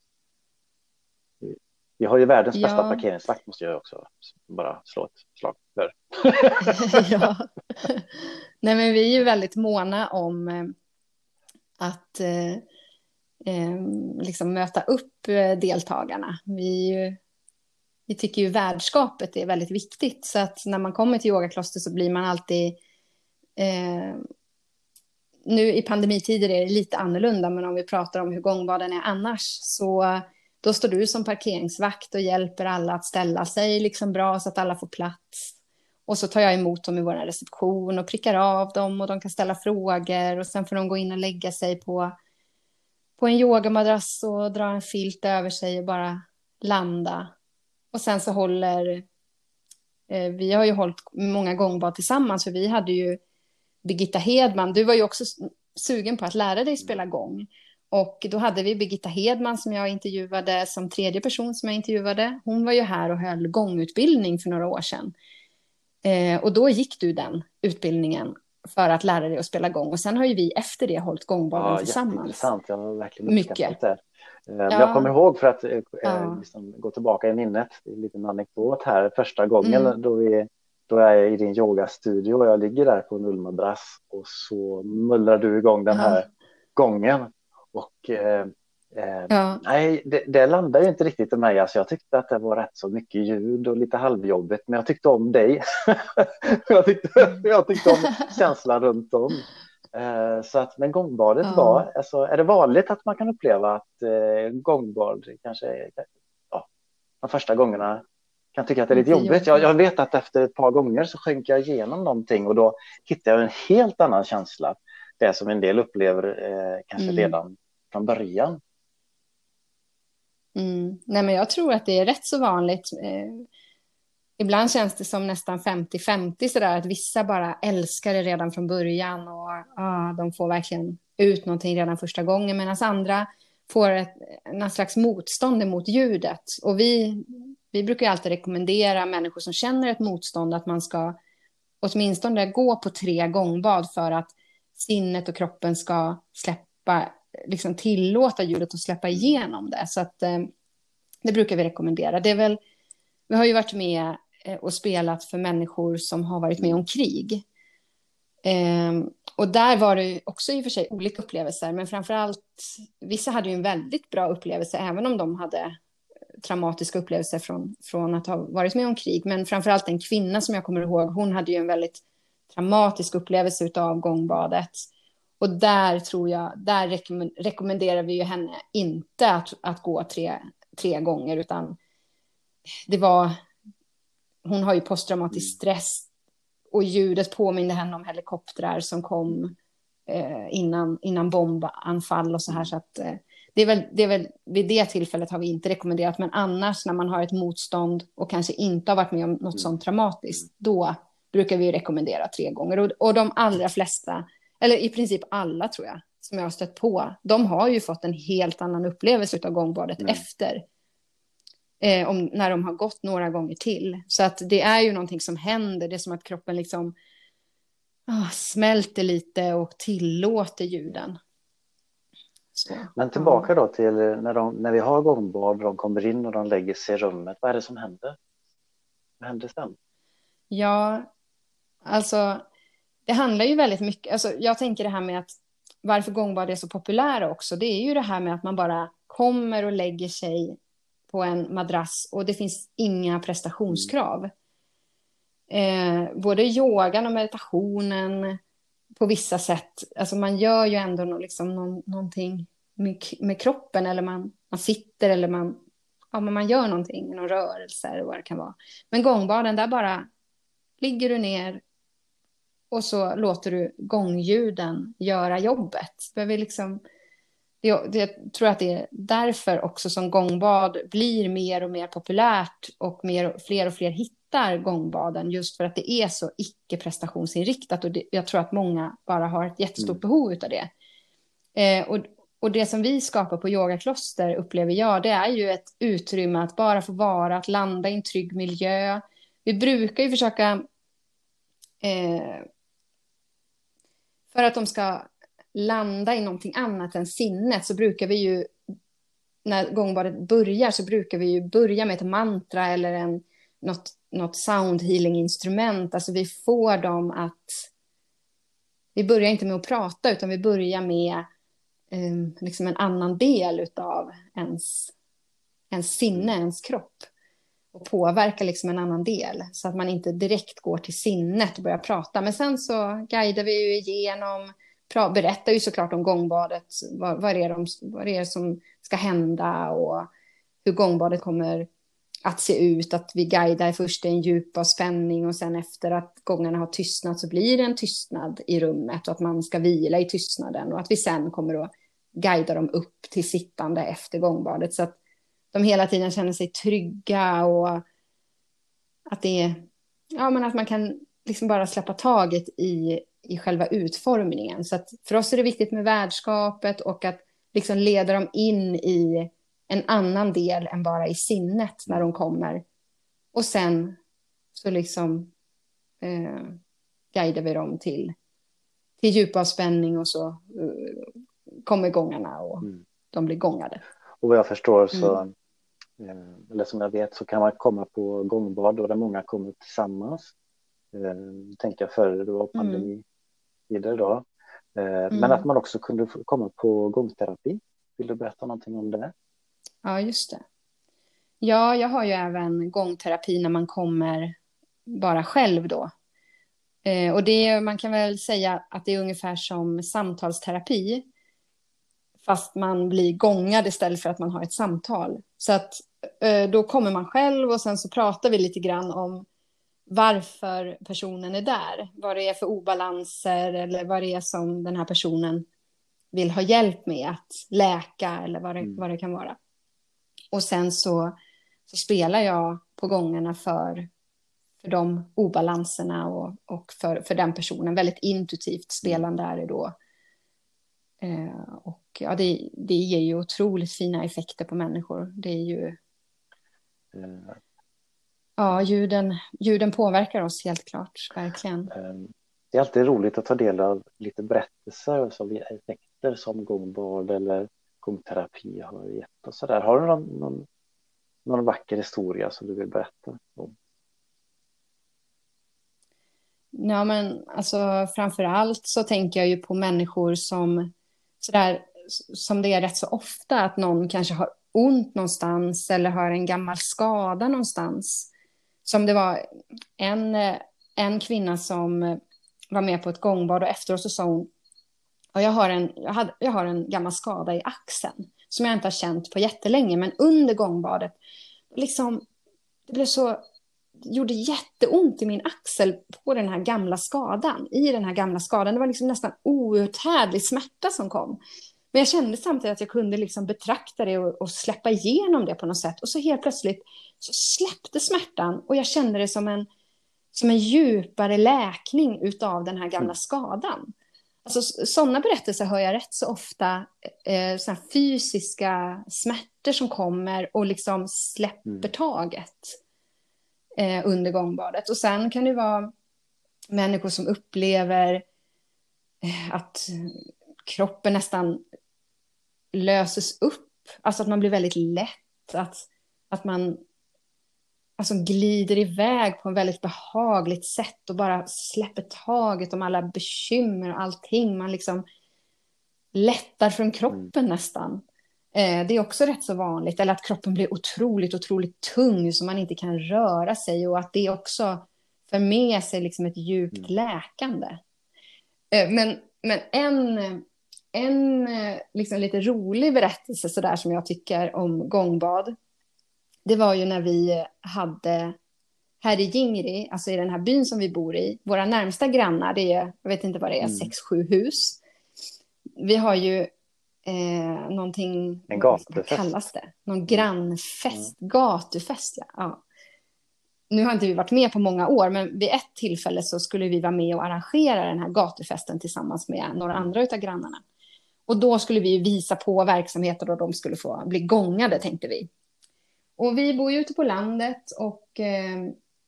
Vi har ju världens ja. bästa parkeringsvakt måste jag också bara slå ett slag för. ja. Nej men vi är ju väldigt måna om äh, att äh, äh, liksom möta upp äh, deltagarna. Vi är ju Vi tycker ju värdskapet är väldigt viktigt. Så att när man kommer till yogakloster så blir man alltid... Eh, nu i pandemitider är det lite annorlunda. Men om vi pratar om hur gångbaden är annars. Så då står du som parkeringsvakt och hjälper alla att ställa sig liksom bra så att alla får plats. Och så tar jag emot dem i vår reception och prickar av dem. Och de kan ställa frågor. Och sen får de gå in och lägga sig på, på en yogamadrass och dra en filt över sig och bara landa. Och sen så håller, eh, vi har ju hållit många gångbad tillsammans för vi hade ju Birgitta Hedman, du var ju också sugen på att lära dig spela gång. Och då hade vi Birgitta Hedman som jag intervjuade som tredje person som jag intervjuade. Hon var ju här och höll gångutbildning för några år sedan. Eh, och då gick du den utbildningen för att lära dig att spela gång. Och sen har ju vi efter det hållit gångbaden ja, tillsammans. Jätteintressant, jag har verkligen mycket. Det. Ja. Jag kommer ihåg för att eh, ja. liksom, gå tillbaka i minnet, det är en liten anekdot här, första gången mm. då, vi, då jag är i din yogastudio och jag ligger där på en ullmadrass och så mullrar du igång den här ja. gången och eh, Eh, Ja. nej, det, det landar ju inte riktigt i mig. Alltså, jag tyckte att det var rätt så mycket ljud och lite halvjobbigt, men jag tyckte om dig. jag, tyckte, Mm. jag tyckte om känslan runt om. Eh, så att, men gångbadet Ja, var, alltså, är det vanligt att man kan uppleva att eh, gångbad kanske, ja, de första gångerna kan tycka att det är lite lite jobbigt. Jag, jag jobbigt. vet att efter ett par gånger så sjönk jag igenom någonting och då hittade jag en helt annan känsla. Det som en del upplever eh, kanske Mm. redan från början. Mm. Nej, men jag tror att det är rätt så vanligt. Eh, ibland känns det som nästan femtio femtio sådär, att vissa bara älskar det redan från början och ah, de får verkligen ut någonting redan första gången, medan andra får ett, någon slags motstånd emot ljudet. Och vi, vi brukar ju alltid rekommendera människor som känner ett motstånd att man ska åtminstone gå på tre gångbad för att sinnet och kroppen ska släppa, liksom tillåta ljudet att släppa igenom det. Så att eh, det brukar vi rekommendera. Det är väl, vi har ju varit med eh, och spelat för människor som har varit med om krig. Eh, och där var det ju också i och för sig olika upplevelser, men framförallt vissa hade ju en väldigt bra upplevelse även om de hade traumatiska upplevelser från, från att ha varit med om krig. Men framförallt en kvinna som jag kommer ihåg, hon hade ju en väldigt traumatisk upplevelse av gångbadet. Och där tror jag, där rekomm- rekommenderar vi ju henne inte att, att gå tre, tre gånger, utan det var, hon har ju posttraumatisk stress och ljudet påminner henne om helikoptrar som kom eh, innan, innan bombanfall och så här, så att eh, det är, väl, det är väl vid det tillfället har vi inte rekommenderat, men annars när man har ett motstånd och kanske inte har varit med om något sånt traumatiskt, då brukar vi rekommendera tre gånger. Och, och de allra flesta, eller i princip alla tror jag, som jag har stött på, de har ju fått en helt annan upplevelse av gångbadet Mm. efter, eh, om, när de har gått några gånger till. Så att det är ju någonting som händer, det är som att kroppen liksom ah, smälter lite och tillåter ljuden. Så, Men ja. tillbaka då till när, de, när vi har gångbad, de kommer in och de lägger sig i rummet. Vad är det som händer? Vad händer sen? Ja, alltså det handlar ju väldigt mycket, alltså jag tänker det här med att varför gångbad är så populära också, det är ju det här med att man bara kommer och lägger sig på en madrass och det finns inga prestationskrav. Eh, både yogan och meditationen på vissa sätt, alltså man gör ju ändå no, liksom någon, någonting med, med kroppen, eller man, man sitter eller man, ja, men man gör någonting, någon rörelse eller vad det kan vara. Men gångbaden, där bara ligger du ner och så låter du gångljuden göra jobbet. Det är liksom, det, det, jag tror att det är därför också som gångbad blir mer och mer populärt och mer, fler och fler hittar gångbaden, just för att det är så icke-prestationsinriktat, och det, jag tror att många bara har ett jättestort Mm. behov av det. Eh, och, och det som vi skapar på yogakloster, upplever jag, det är ju ett utrymme att bara få vara, att landa i en trygg miljö. Vi brukar ju försöka eh, för att de ska landa i någonting annat än sinnet, så brukar vi ju, när gångbadet börjar, så brukar vi ju börja med ett mantra eller en, något, något sound healing instrument. Alltså vi får dem att, vi börjar inte med att prata, utan vi börjar med um, liksom en annan del av ens, ens sinne, ens kropp, och påverka liksom en annan del, så att man inte direkt går till sinnet och börjar prata. Men sen så guidar vi ju igenom, pra- berättar ju såklart om gångbadet, vad, vad, är det de, vad är det som ska hända och hur gångbadet kommer att se ut. Att vi guidar först en djup av spänning, och sen efter att gångarna har tystnat så blir det en tystnad i rummet, och att man ska vila i tystnaden, och att vi sen kommer att guida dem upp till sittande efter gångbadet, så att de hela tiden känner sig trygga, och att det är, ja, men att man kan liksom bara släppa taget i, i själva utformningen. Så att för oss är det viktigt med värdskapet, och att liksom leda dem in i en annan del än bara i sinnet när de kommer. Och sen så liksom eh, guidar vi dem till, till djupavspänning, och så eh, kommer gångarna och mm. de blir gångade. Och vad jag förstår så Mm. eller som jag vet, så kan man komma på gångbad då där många kommer tillsammans. Eh, tänker jag förr det var pandemi mm. då. Eh, mm. Men att man också kunde komma på gångterapi. Vill du berätta någonting om det? Ja, just det. Ja, jag har ju även gångterapi när man kommer bara själv då. Eh, och det, man kan väl säga att det är ungefär som samtalsterapi. Fast man blir gångad istället för att man har ett samtal. Så att eh, då kommer man själv och sen så pratar vi lite grann om varför personen är där. Vad det är för obalanser eller vad det är som den här personen vill ha hjälp med att läka eller vad det, Mm. vad det kan vara. Och sen så, så spelar jag på gångerna för, för de obalanserna och, och för, för den personen. Väldigt intuitivt spelande är det då. Eh, och ja, det, det ger ju otroligt fina effekter på människor. Det är ju... Eh, Ja, ljuden, ljuden påverkar oss helt klart, verkligen. eh, Det är alltid roligt att ta del av lite berättelser som effekter som gångbad eller gångterapi har gett och så där. Har du någon, någon, någon vacker historia som du vill berätta om? Ja, men alltså framför allt så tänker jag ju på människor som sådär, som det är rätt så ofta att någon kanske har ont någonstans eller har en gammal skada någonstans. Som det var en, en kvinna som var med på ett gångbad och efteråt så sa hon, ja, jag, har en, jag, hade, jag har en gammal skada i axeln som jag inte har känt på jättelänge, men under gångbadet liksom, det blev så, det gjorde jätteont i min axel på den här gamla skadan, i den här gamla skadan. Det var liksom nästan outhärdlig smärta som kom. Men jag kände samtidigt att jag kunde liksom betrakta det och, och släppa igenom det på något sätt. Och så helt plötsligt så släppte smärtan och jag kände det som en, som en djupare läkning utav den här gamla skadan. Alltså, sådana berättelser hör jag rätt så ofta, eh, såna fysiska smärtor som kommer och liksom släpper Mm. taget eh, under gångbadet. Och sen kan det vara människor som upplever eh, att kroppen nästan löses upp. Alltså att man blir väldigt lätt. Att, att man alltså glider iväg på en väldigt behagligt sätt och bara släpper taget om alla bekymmer och allting. Man liksom lättar från kroppen mm. nästan. Eh, det är också rätt så vanligt. Eller att kroppen blir otroligt, otroligt tung så man inte kan röra sig. Och att det också för med sig liksom ett djupt mm. läkande. Eh, men, men en... En liksom lite rolig berättelse så där som jag tycker om gångbad. Det var ju när vi hade här i Jingri, alltså i den här byn som vi bor i. Våra närmsta grannar, det är, jag vet inte vad det är, mm. sex, sju hus. Vi har ju eh, någonting, en vad kallas det? Någon grannfest, mm. gatufest. Ja. Ja. Nu har inte vi varit med på många år, men vid ett tillfälle så skulle vi vara med och arrangera den här gatufesten tillsammans med några andra utav grannarna. Och då skulle vi visa på verksamheter och de skulle få bli gångade, tänkte vi. Och vi bor ju ute på landet och eh,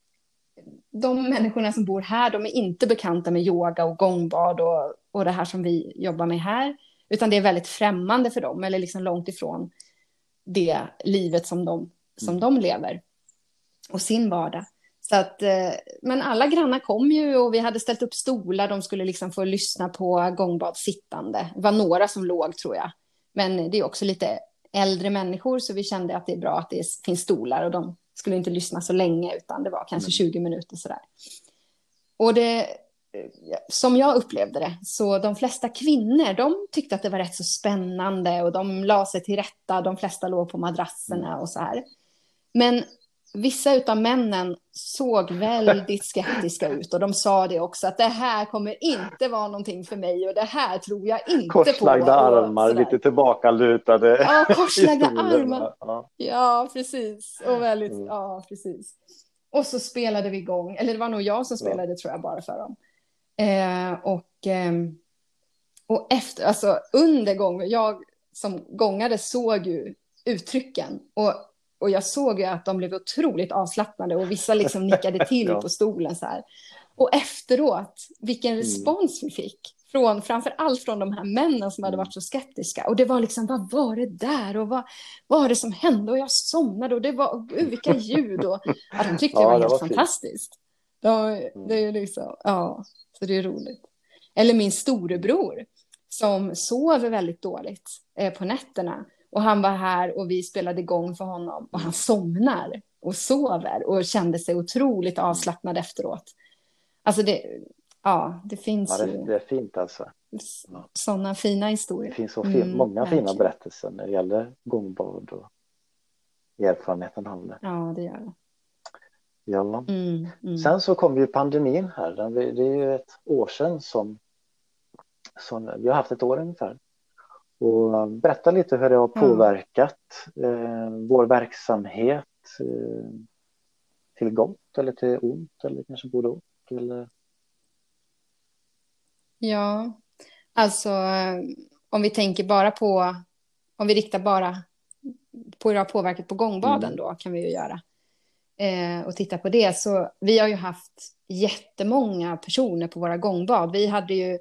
de människorna som bor här, de är inte bekanta med yoga och gångbad och, och det här som vi jobbar med här. Utan det är väldigt främmande för dem, eller liksom långt ifrån det livet som de, som de lever. Och sin vardag. Så att, men alla grannar kom ju och vi hade ställt upp stolar. De skulle liksom få lyssna på gångbad sittande. Det var några som låg, tror jag. Men det är också lite äldre människor så vi kände att det är bra att det finns stolar. Och de skulle inte lyssna så länge utan det var kanske tjugo minuter sådär. Och det, som jag upplevde det, så de flesta kvinnor, de tyckte att det var rätt så spännande. Och de la sig till rätta, de flesta låg på madrasserna och så här. Men vissa utav männen såg väldigt skeptiska ut och de sa det också att det här kommer inte vara någonting för mig och det här tror jag inte korslagda på. Korslagda armar, lite tillbakalutade. Ja, korslagda armar. Ja. ja, precis. Och väldigt, mm. ja, precis. Och så spelade vi igång, eller det var nog jag som spelade ja. tror jag bara för dem. Eh, och, eh, och efter, alltså under gången, jag som gångade såg ju uttrycken och Och jag såg ju att de blev otroligt avslappnade och vissa liksom nickade till ja. på stolen så här. Och efteråt, vilken respons mm. vi fick. Från, framför allt från de här männen som hade varit så skeptiska. Och det var liksom, vad var det där? Och vad, vad var det som hände? Och jag somnade och det var, oh, gud vilka ljud. Och, ja, de tyckte ja, det var det helt var fantastiskt. De, det är liksom, ja, så det är roligt. Eller min storebror. som sover väldigt dåligt eh, på nätterna. Och han var här och vi spelade igång för honom. Och han somnar och sover och kände sig otroligt avslappnad efteråt. Alltså det, ja, det finns Ja, det, ju det är fint alltså. Ja. sådana fina historier. Det finns så fin, Mm, många verkligen. fina berättelser när det gäller gångbad och erfarenheten av det. Ja, det gör det. Ja. Mm, mm. Sen så kom ju pandemin här. Den- Det är ju ett år sedan som, som vi har haft ett år ungefär. Och berätta lite hur det har Ja. påverkat eh, vår verksamhet eh, till gott eller till ont eller kanske både och. Eller... Ja, alltså eh, om vi tänker bara på, om vi riktar bara på hur det har påverkat på gångbaden Mm. då kan vi ju göra. Eh, och titta på det. Så vi har ju haft jättemånga personer på våra gångbad. Vi hade ju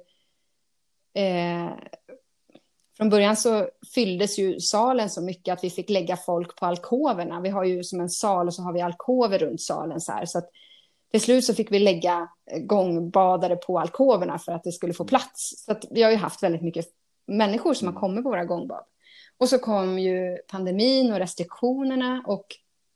eh, från början så fylldes ju salen så mycket att vi fick lägga folk på alkoverna. Vi har ju som en sal och så har vi alkover runt salen så här. Så att till slut så fick vi lägga gångbadare på alkoverna för att det skulle få plats. Så att vi har ju haft väldigt mycket människor som har kommit på våra gångbad. Och så kom ju pandemin och restriktionerna och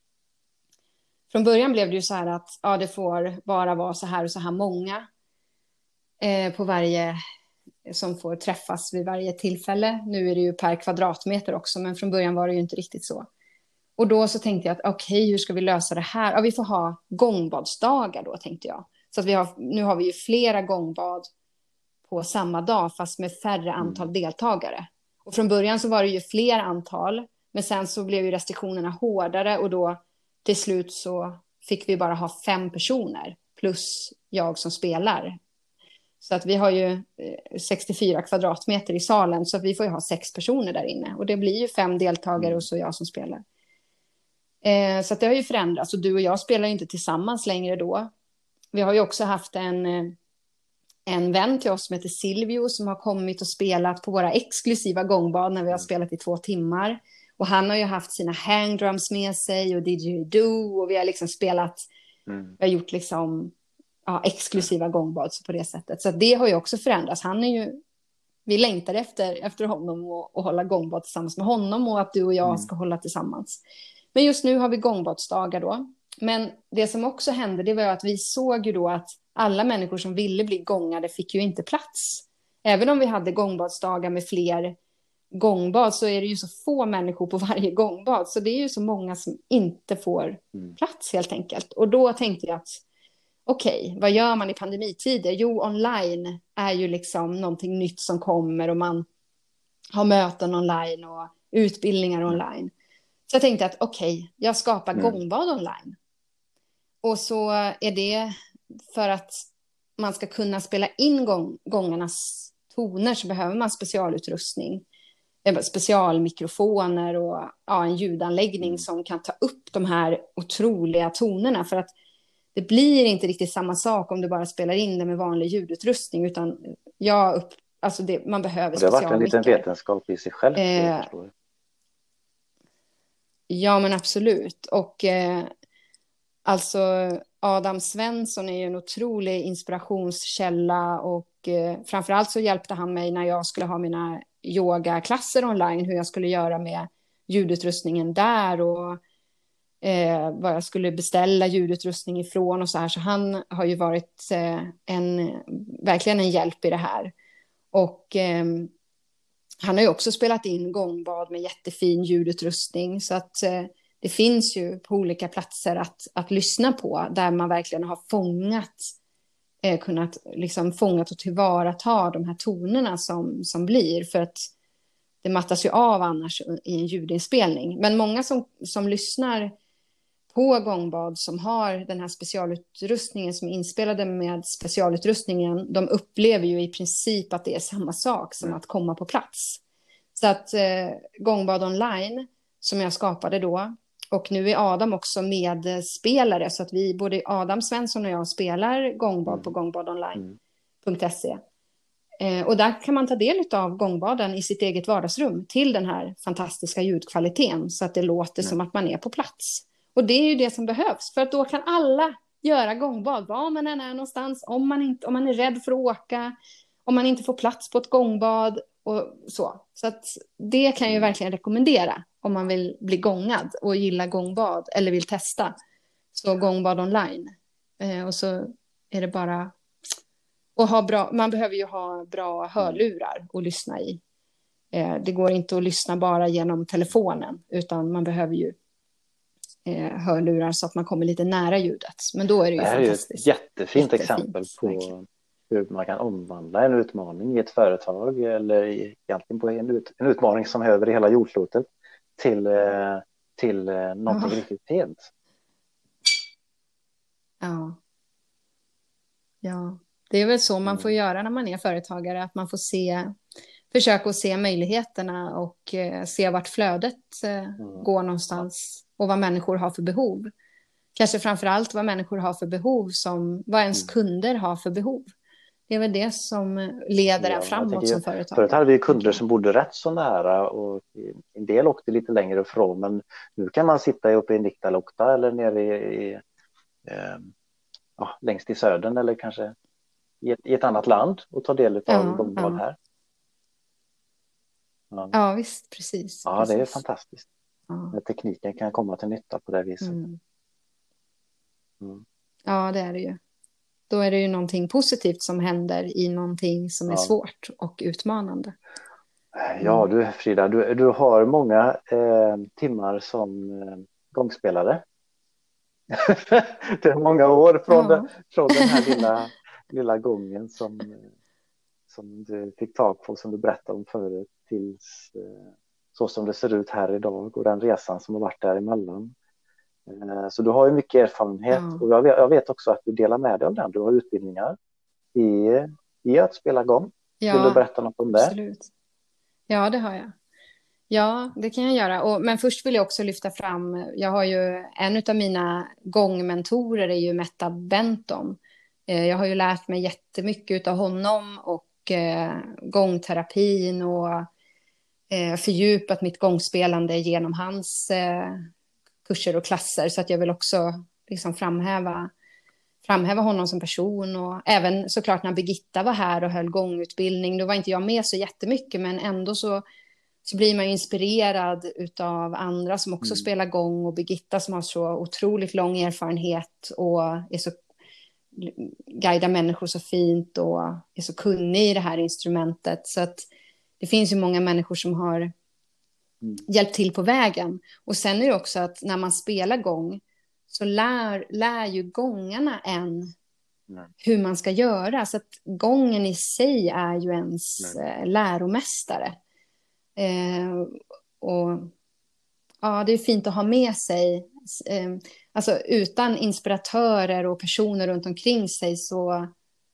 från början blev det ju så här att ja, det får bara vara så här och så här många eh, på varje som får träffas vid varje tillfälle. Nu är det ju per kvadratmeter också, men från början var det ju inte riktigt så. Och då så tänkte jag att okej, okay, hur ska vi lösa det här? Ja, vi får ha gångbadsdagar då, tänkte jag. Så att vi har, nu har vi ju flera gångbad på samma dag, fast med färre antal deltagare. Och från början så var det ju fler antal, men sen så blev ju restriktionerna hårdare och då till slut så fick vi bara ha fem personer plus jag som spelar. Så att vi har ju sextiofyra kvadratmeter i salen så att vi får ju ha sex personer där inne. Och det blir ju fem deltagare och så jag som spelar. Eh, så att det har ju förändrats och du och jag spelar ju inte tillsammans längre då. Vi har ju också haft en, en vän till oss som heter Silvio som har kommit och spelat på våra exklusiva gångbad när vi har spelat i två timmar. Och han har ju haft sina hangdrums med sig och didgeridoo och vi har liksom spelat, mm. vi har gjort liksom ja, exklusiva gångbad på det sättet. Så det har ju också förändrats. Han är ju, vi längtar efter, efter honom och, och hålla gångbad tillsammans med honom och att du och jag mm. ska hålla tillsammans. Men just nu har vi gångbadsdagar då. Men det som också hände det var att vi såg ju då att alla människor som ville bli gångade fick ju inte plats. Även om vi hade gångbadsdagar med fler gångbad så är det ju så få människor på varje gångbad. Så det är ju så många som inte får plats helt enkelt. Och då tänkte jag att okej, okay, vad gör man i pandemitider? Jo, online är ju liksom någonting nytt som kommer och man har möten online och utbildningar online. Så jag tänkte att okej, okay, jag skapar mm. gångbad online. Och så är det för att man ska kunna spela in gång, gångarnas toner så behöver man specialutrustning. Specialmikrofoner och ja, en ljudanläggning mm. som kan ta upp de här otroliga tonerna. För att det blir inte riktigt samma sak om du bara spelar in det med vanlig ljudutrustning. Utan jag upp, alltså det, man behöver specialmickar. Det har varit en liten vetenskap i sig själv. Eh, ja, men absolut. Och eh, alltså Adam Svensson är ju en otrolig inspirationskälla. Och eh, framförallt så hjälpte han mig när jag skulle ha mina yogaklasser online. Hur jag skulle göra med ljudutrustningen där och Eh, vad jag skulle beställa ljudutrustning ifrån och så här. Så han har ju varit eh, en, verkligen en hjälp i det här. Och eh, han har ju också spelat in gångbad med jättefin ljudutrustning. Så att eh, det finns ju på olika platser att, att lyssna på. Där man verkligen har fångat, eh, kunnat liksom fångat och tillvarata de här tonerna som, som blir. För att det mattas ju av annars i en ljudinspelning. Men många som, som lyssnar på gångbad som har den här specialutrustningen som är inspelade med specialutrustningen, de upplever ju i princip att det är samma sak som att komma på plats. Så att eh, gångbad online som jag skapade då, och nu är Adam också medspelare så att vi, både Adam Svensson och jag spelar gångbad mm. på gångbadonline punkt se. Eh, och där kan man ta del av gångbaden i sitt eget vardagsrum till den här fantastiska ljudkvaliteten så att det låter mm. som att man är på plats. Och det är ju det som behövs, för att då kan alla göra gångbad, var man än är någonstans, om man, inte, om man är rädd för att åka, om man inte får plats på ett gångbad och så. Så att det kan jag ju verkligen rekommendera om man vill bli gångad och gilla gångbad eller vill testa. Så gångbad online. Eh, och så är det bara... Och ha bra, man behöver ju ha bra hörlurar att lyssna i. Eh, det går inte att lyssna bara genom telefonen, utan man behöver ju eh, hörlurar så att man kommer lite nära ljudet. Men då är det ju det här fantastiskt. är ju ett jättefint, Jättefint, exempel på verkligen. hur man kan omvandla en utmaning i ett företag eller i, egentligen på en, ut, en utmaning som är över hela jordklotet till, eh, till eh, någonting Ja. riktigt fint. Ja. Ja, det är väl så man får Mm. göra när man är företagare, att man får se, försöka att se möjligheterna och eh, se vart flödet eh, Mm. går någonstans och vad människor har för behov. Kanske framför allt vad människor har för behov, som vad ens Mm. kunder har för behov. Det är väl det som leder Ja, en jag framåt tänker, som förut företagare. hade vi kunder som bodde rätt så nära och en del åkte lite längre ifrån, men nu kan man sitta uppe i Nikkaluokta eller nere i, i eh, ja, längst i södern eller kanske i ett, i ett annat land och ta del av Ja, gångbad ja. här. Ja. Ja, visst, precis. Ja, precis. det är fantastiskt. Ja. När tekniken kan komma till nytta på det viset. Mm. Mm. Ja, det är det ju. Då är det ju någonting positivt som händer i någonting som är Ja. svårt och utmanande. Ja, du Frida, du, du har många eh, timmar som eh, gångspelare. Det är många år från, Ja. den, från den här lilla, lilla gången som, som du fick tag på, som du berättade om förut, tills eh, så som det ser ut här idag och den resan som har varit däremellan. Eh, så du har ju mycket erfarenhet Ja. och jag vet, jag vet också att du delar med dig av den. Du har utbildningar i, i att spela gång. Ja, Vill du berätta något om det? absolut. Ja, det har jag. Ja, det kan jag göra. Och, men först vill jag också lyfta fram, jag har ju en av mina gångmentorer är ju Metta Benton. Eh, jag har ju lärt mig jättemycket av honom och eh, gångterapin och eh, fördjupat mitt gångspelande genom hans eh, kurser och klasser. Så att jag vill också liksom framhäva, framhäva honom som person. Och även såklart när Birgitta var här och höll gångutbildning, då var inte jag med så jättemycket, men ändå så så blir man ju inspirerad av andra som också Mm. spelar gång, och Birgitta som har så otroligt lång erfarenhet och är så, guidar människor så fint och är så kunnig i det här instrumentet. Så att det finns ju många människor som har Mm. hjälpt till på vägen. Och sen är det också att när man spelar gång så lär, lär ju gångarna en Mm. hur man ska göra. Så att gången i sig är ju ens Mm. eh, läromästare. Eh, och ja, det är fint att ha med sig. Eh, alltså utan inspiratörer och personer runt omkring sig så,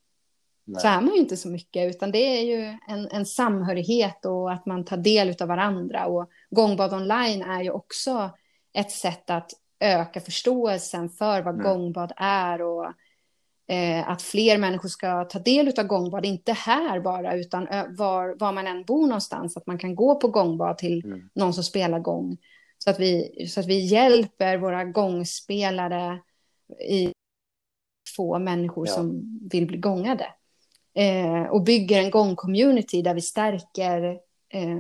så är man ju inte så mycket, utan det är ju en, en samhörighet och att man tar del av varandra. Och gångbad online är ju också ett sätt att öka förståelsen för vad Mm. gångbad är, och Eh, att fler människor ska ta del av gångbad, inte här bara, utan ö- var, var man än bor någonstans, att man kan gå på gångbad till Mm. någon som spelar gång, så att vi, så att vi hjälper våra gångspelare i få människor Ja. som vill bli gångade, eh, och bygger en gångcommunity där vi stärker eh,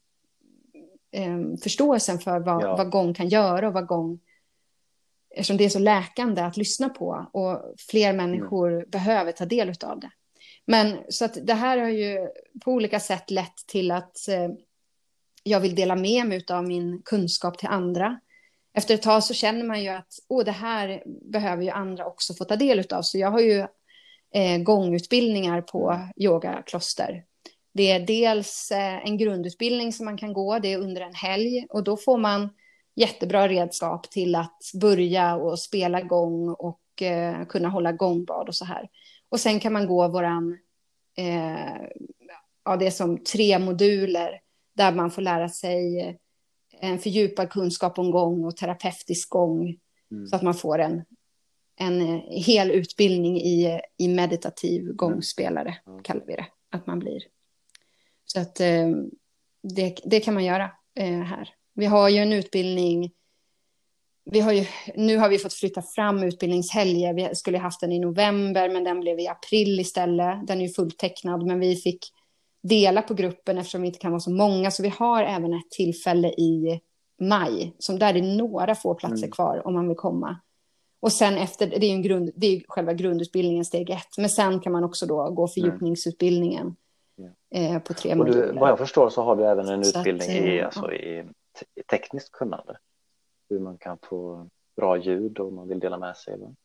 eh, förståelsen för vad, Ja. vad gång kan göra och vad gång, eftersom det är så läkande att lyssna på, och fler människor mm. behöver ta del av det. Men så att det här har ju på olika sätt lett till att eh, jag vill dela med mig av min kunskap till andra. Efter ett tag så känner man ju att åh, det här behöver ju andra också få ta del av. Så jag har ju eh, gångutbildningar på mm. yogakloster. Det är dels eh, en grundutbildning som man kan gå, det är under en helg, och då får man jättebra redskap till att börja och spela gång och eh, kunna hålla gångbad och så här. Och sen kan man gå våran, eh, ja, det är som tre moduler där man får lära sig en fördjupad kunskap om gång och terapeutisk gång, mm. så att man får en, en hel utbildning i, i meditativ gångspelare, mm. kallar vi det, att man blir. Så att eh, det, det kan man göra eh, här. Vi har ju en utbildning vi har ju, nu har vi fått flytta fram utbildningshelger. Vi skulle haft den i november, men den blev i april istället. Den är ju fulltecknad, men vi fick dela på gruppen eftersom vi inte kan vara så många. Så vi har även ett tillfälle i maj, som där är några få platser Mm. kvar om man vill komma. Och sen efter, det är ju en grund, det är själva grundutbildningen steg ett. Men sen kan man också då gå fördjupningsutbildningen mm. eh, på tre Och moduler. du, vad jag förstår så har du även en Så utbildning att, i, eh, alltså, i, i tekniskt kunnande. Hur man kan få bra ljud om man vill dela med sig. Eller?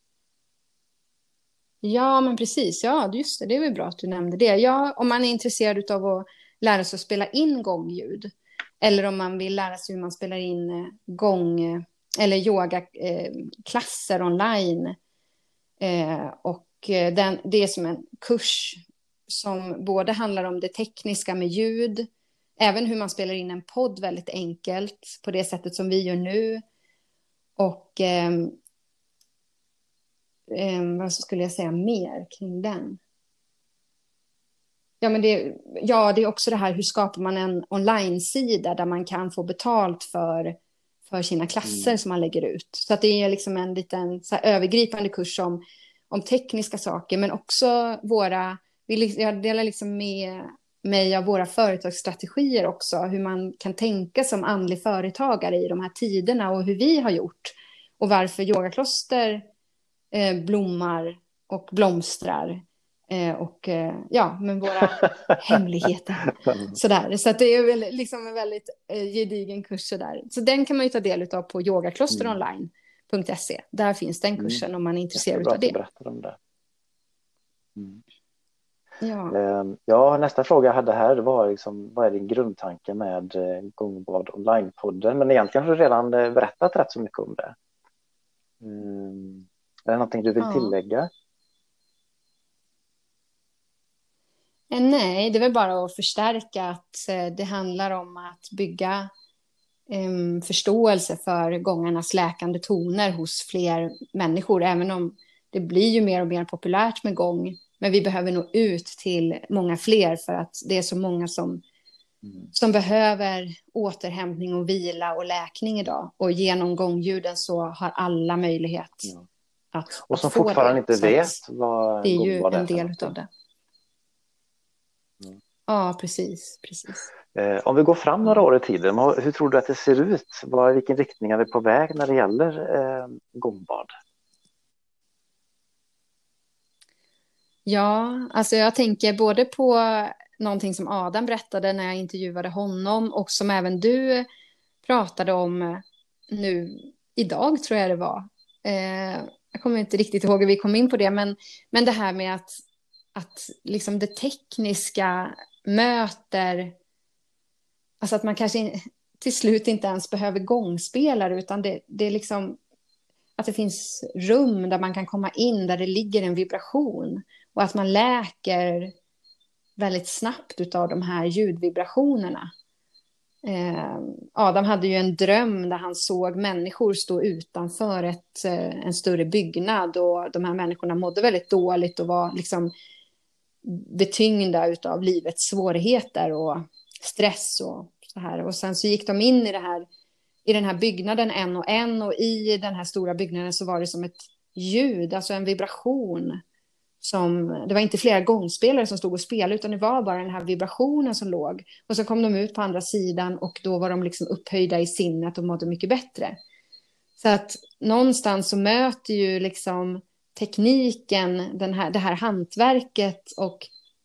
Ja, men precis. Ja, just det. Det är väl bra att du nämnde det. Ja, om man är intresserad av att lära sig att spela in gångljud. Eller om man vill lära sig hur man spelar in eh, gång eller yogaklasser eh, online. Eh, och eh, den, det är som en kurs som både handlar om det tekniska med ljud. Även hur man spelar in en podd väldigt enkelt. På det sättet som vi gör nu. Och... Eh, Eh, vad skulle jag säga mer kring den? Ja, men det, ja, det är också det här, hur skapar man en online-sida där man kan få betalt för, för sina klasser Mm. som man lägger ut. Så att det är liksom en liten så här, övergripande kurs om, om tekniska saker, men också våra, vi, jag delar liksom med mig av våra företagsstrategier också, hur man kan tänka som andlig företagare i de här tiderna och hur vi har gjort och varför yogakloster Eh, blommar och blomstrar eh, och eh, ja, men våra hemligheter sådär. Så att det är väl liksom en väldigt eh, gedigen kurs sådär. Så den kan man ju ta del av på yogaklosteronline punkt se. Där finns den kursen mm. om man är intresserad av det. Berätta om det. Mm. Ja. Eh, ja, nästa fråga jag hade här var liksom, vad är din grundtanke med eh, Gångbad online-podden? Men egentligen har du redan eh, berättat rätt så mycket om det. Mm. Är det någonting du vill ja. tillägga? Nej, det är väl bara att förstärka att det handlar om att bygga um, förståelse för gångarnas läkande toner hos fler människor. Även om det blir ju mer och mer populärt med gång. Men vi behöver nå ut till många fler för att det är så många som, mm. som behöver återhämtning och vila och läkning idag. Och genom gångljuden så har alla möjlighet. Ja. Att, och som att fortfarande det. inte Så vet vad det är ju är en del av det. Mm. Ja, precis. precis. Eh, om vi går fram några år i tiden, hur tror du att det ser ut? Var, vilken riktning är vi på väg när det gäller eh, gångbad? Ja, alltså jag tänker både på någonting som Adam berättade när jag intervjuade honom och som även du pratade om nu idag tror jag det var. Eh, jag kommer inte riktigt ihåg hur vi kom in på det, men, men det här med att, att liksom det tekniska möter, alltså att man kanske till slut inte ens behöver gångspelare, utan det, det är liksom att det finns rum där man kan komma in, där det ligger en vibration och att man läker väldigt snabbt av de här ljudvibrationerna. Eh, Adam hade ju en dröm där han såg människor stå utanför ett, eh, en större byggnad och de här människorna mådde väldigt dåligt och var liksom betyngda utav livets svårigheter och stress och så här. Och sen så gick de in i det här i den här byggnaden en och en och i den här stora byggnaden så var det som ett ljud, alltså en vibration. Som, det var inte flera gångspelare som stod och spelade utan det var bara den här vibrationen som låg. Och så kom de ut på andra sidan och då var de liksom upphöjda i sinnet och mådde mycket bättre. Så att någonstans så möter ju liksom tekniken den här, det här hantverket och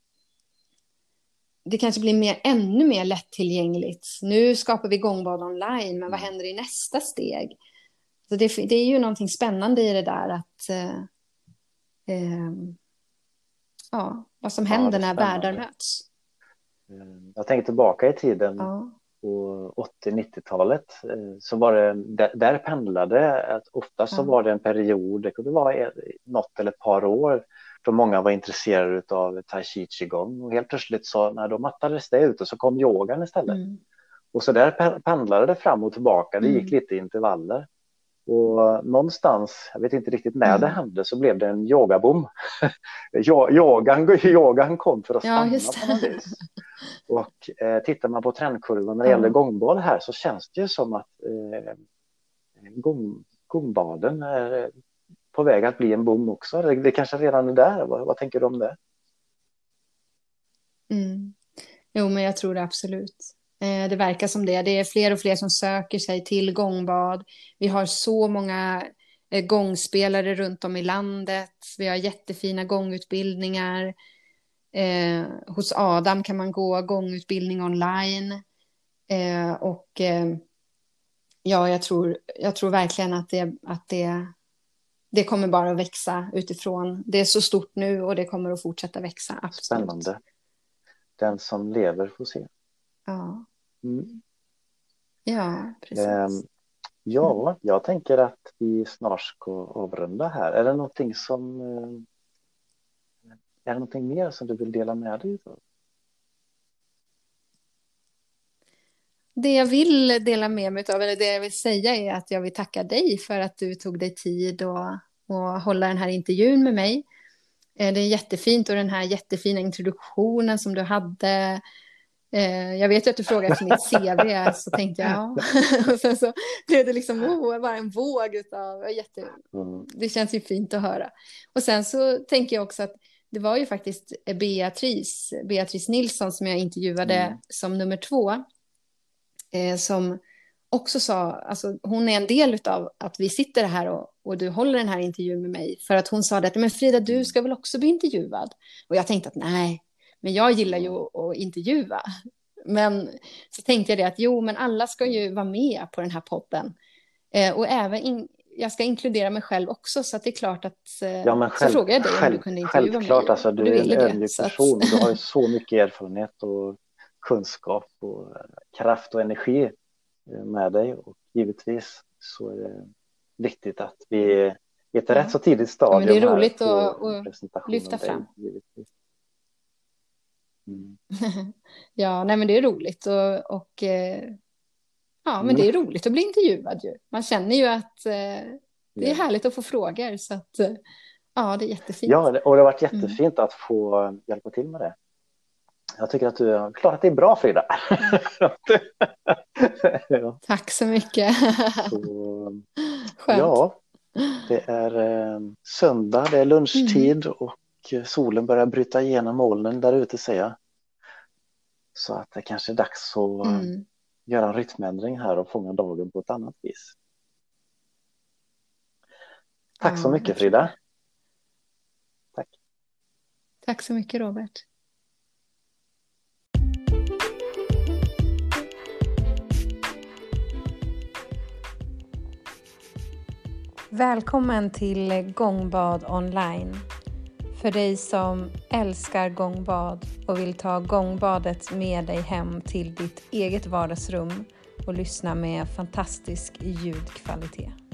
det kanske blir mer, ännu mer lättillgängligt. Nu skapar vi gångbad online, men vad händer i nästa steg? Så det, det är ju någonting spännande i det där att eh, eh, ja, vad som händer ja, när världar möts. Jag tänker tillbaka i tiden ja. På åttio-nittiotalet så var det, där pendlade att ofta så ja. Var det en period, det kunde vara något eller ett par år då många var intresserade av tai chi qigong och helt plötsligt så när de mattades det ut och så kom yogan istället. Mm. Och så där pendlade det fram och tillbaka, det gick mm. lite i intervaller. Och någonstans, jag vet inte riktigt när mm. det hände, så blev det en yogaboom. yogan, yogan kom för att stanna ja, på något vis. Och eh, tittar man på trendkurvan när det ja. Gäller gångbad här så känns det ju som att eh, gång, gångbaden är på väg att bli en boom också. Det, det kanske redan är där. Vad, vad tänker du om det? Mm. Jo, men jag tror det absolut. Eh, det verkar som det. Det är fler och fler som söker sig till gångbad. Vi har så många eh, gångspelare runt om i landet. Vi har jättefina gångutbildningar. Eh, hos Adam kan man gå gångutbildning online. Eh, och eh, ja, jag tror, jag tror verkligen att det, att det, det kommer bara att växa utifrån. Det är så stort nu och det kommer att fortsätta växa. Absolut. Spännande. Den som lever får se. Ja, Mm. ja precis. Um, ja, jag tänker att vi snart ska avrunda här. Är det någonting som uh, är det någonting mer som du vill dela med dig av? Det jag vill dela med mig av, eller det jag vill säga, är att jag vill tacka dig för att du tog dig tid och, och hålla den här intervjun med mig. Det är jättefint, och den här jättefina introduktionen som du hade. Jag vet ju att du frågade efter mitt C V, så tänkte jag ja. Och sen så blev det liksom oh, bara en våg av jätte... Det känns ju fint att höra. Och sen så tänker jag också att det var ju faktiskt Beatrice, Beatrice Nilsson som jag intervjuade mm. som nummer två. Eh, som också sa, alltså hon är en del av att vi sitter här och, och du håller den här intervjun med mig. För att hon sa det att, men Frida, du ska väl också bli intervjuad? Och jag tänkte att nej, men jag gillar ju att, att intervjua. Men så tänkte jag det att jo, men alla ska ju vara med på den här podden. Eh, och även in, jag ska inkludera mig själv också, så att det är klart att eh, ja, men själv, så frågade jag dig själv, om du kunde intervjua självklart, mig. Alltså, du, du är en ödmjuk person. Att... Du har ju så mycket erfarenhet och kunskap och kraft och energi med dig, och givetvis så är det viktigt att vi i ett ja. rätt så tidigt stadium ja, men det är roligt att, att lyfta fram. Dig, mm. Ja, nej, men det är roligt och, och ja, men det är roligt att bli intervjuad ju. Man känner ju att det är härligt att få frågor, så att ja, det är jättefint. Ja, och det har varit jättefint mm. att få hjälpa till med det. Jag tycker att du har klarat dig bra, Frida. Ja. Tack så mycket. Så, ja, det är eh, söndag, det är lunchtid mm. och solen börjar bryta igenom molnen där ute, säger jag. Så att det kanske är dags att mm. göra en rytmändring här och fånga dagen på ett annat vis. Tack ja, så mycket, Frida. Tack. Tack så mycket, Robert. Välkommen till Gångbad online. För dig som älskar gångbad och vill ta gångbadet med dig hem till ditt eget vardagsrum och lyssna med fantastisk ljudkvalitet.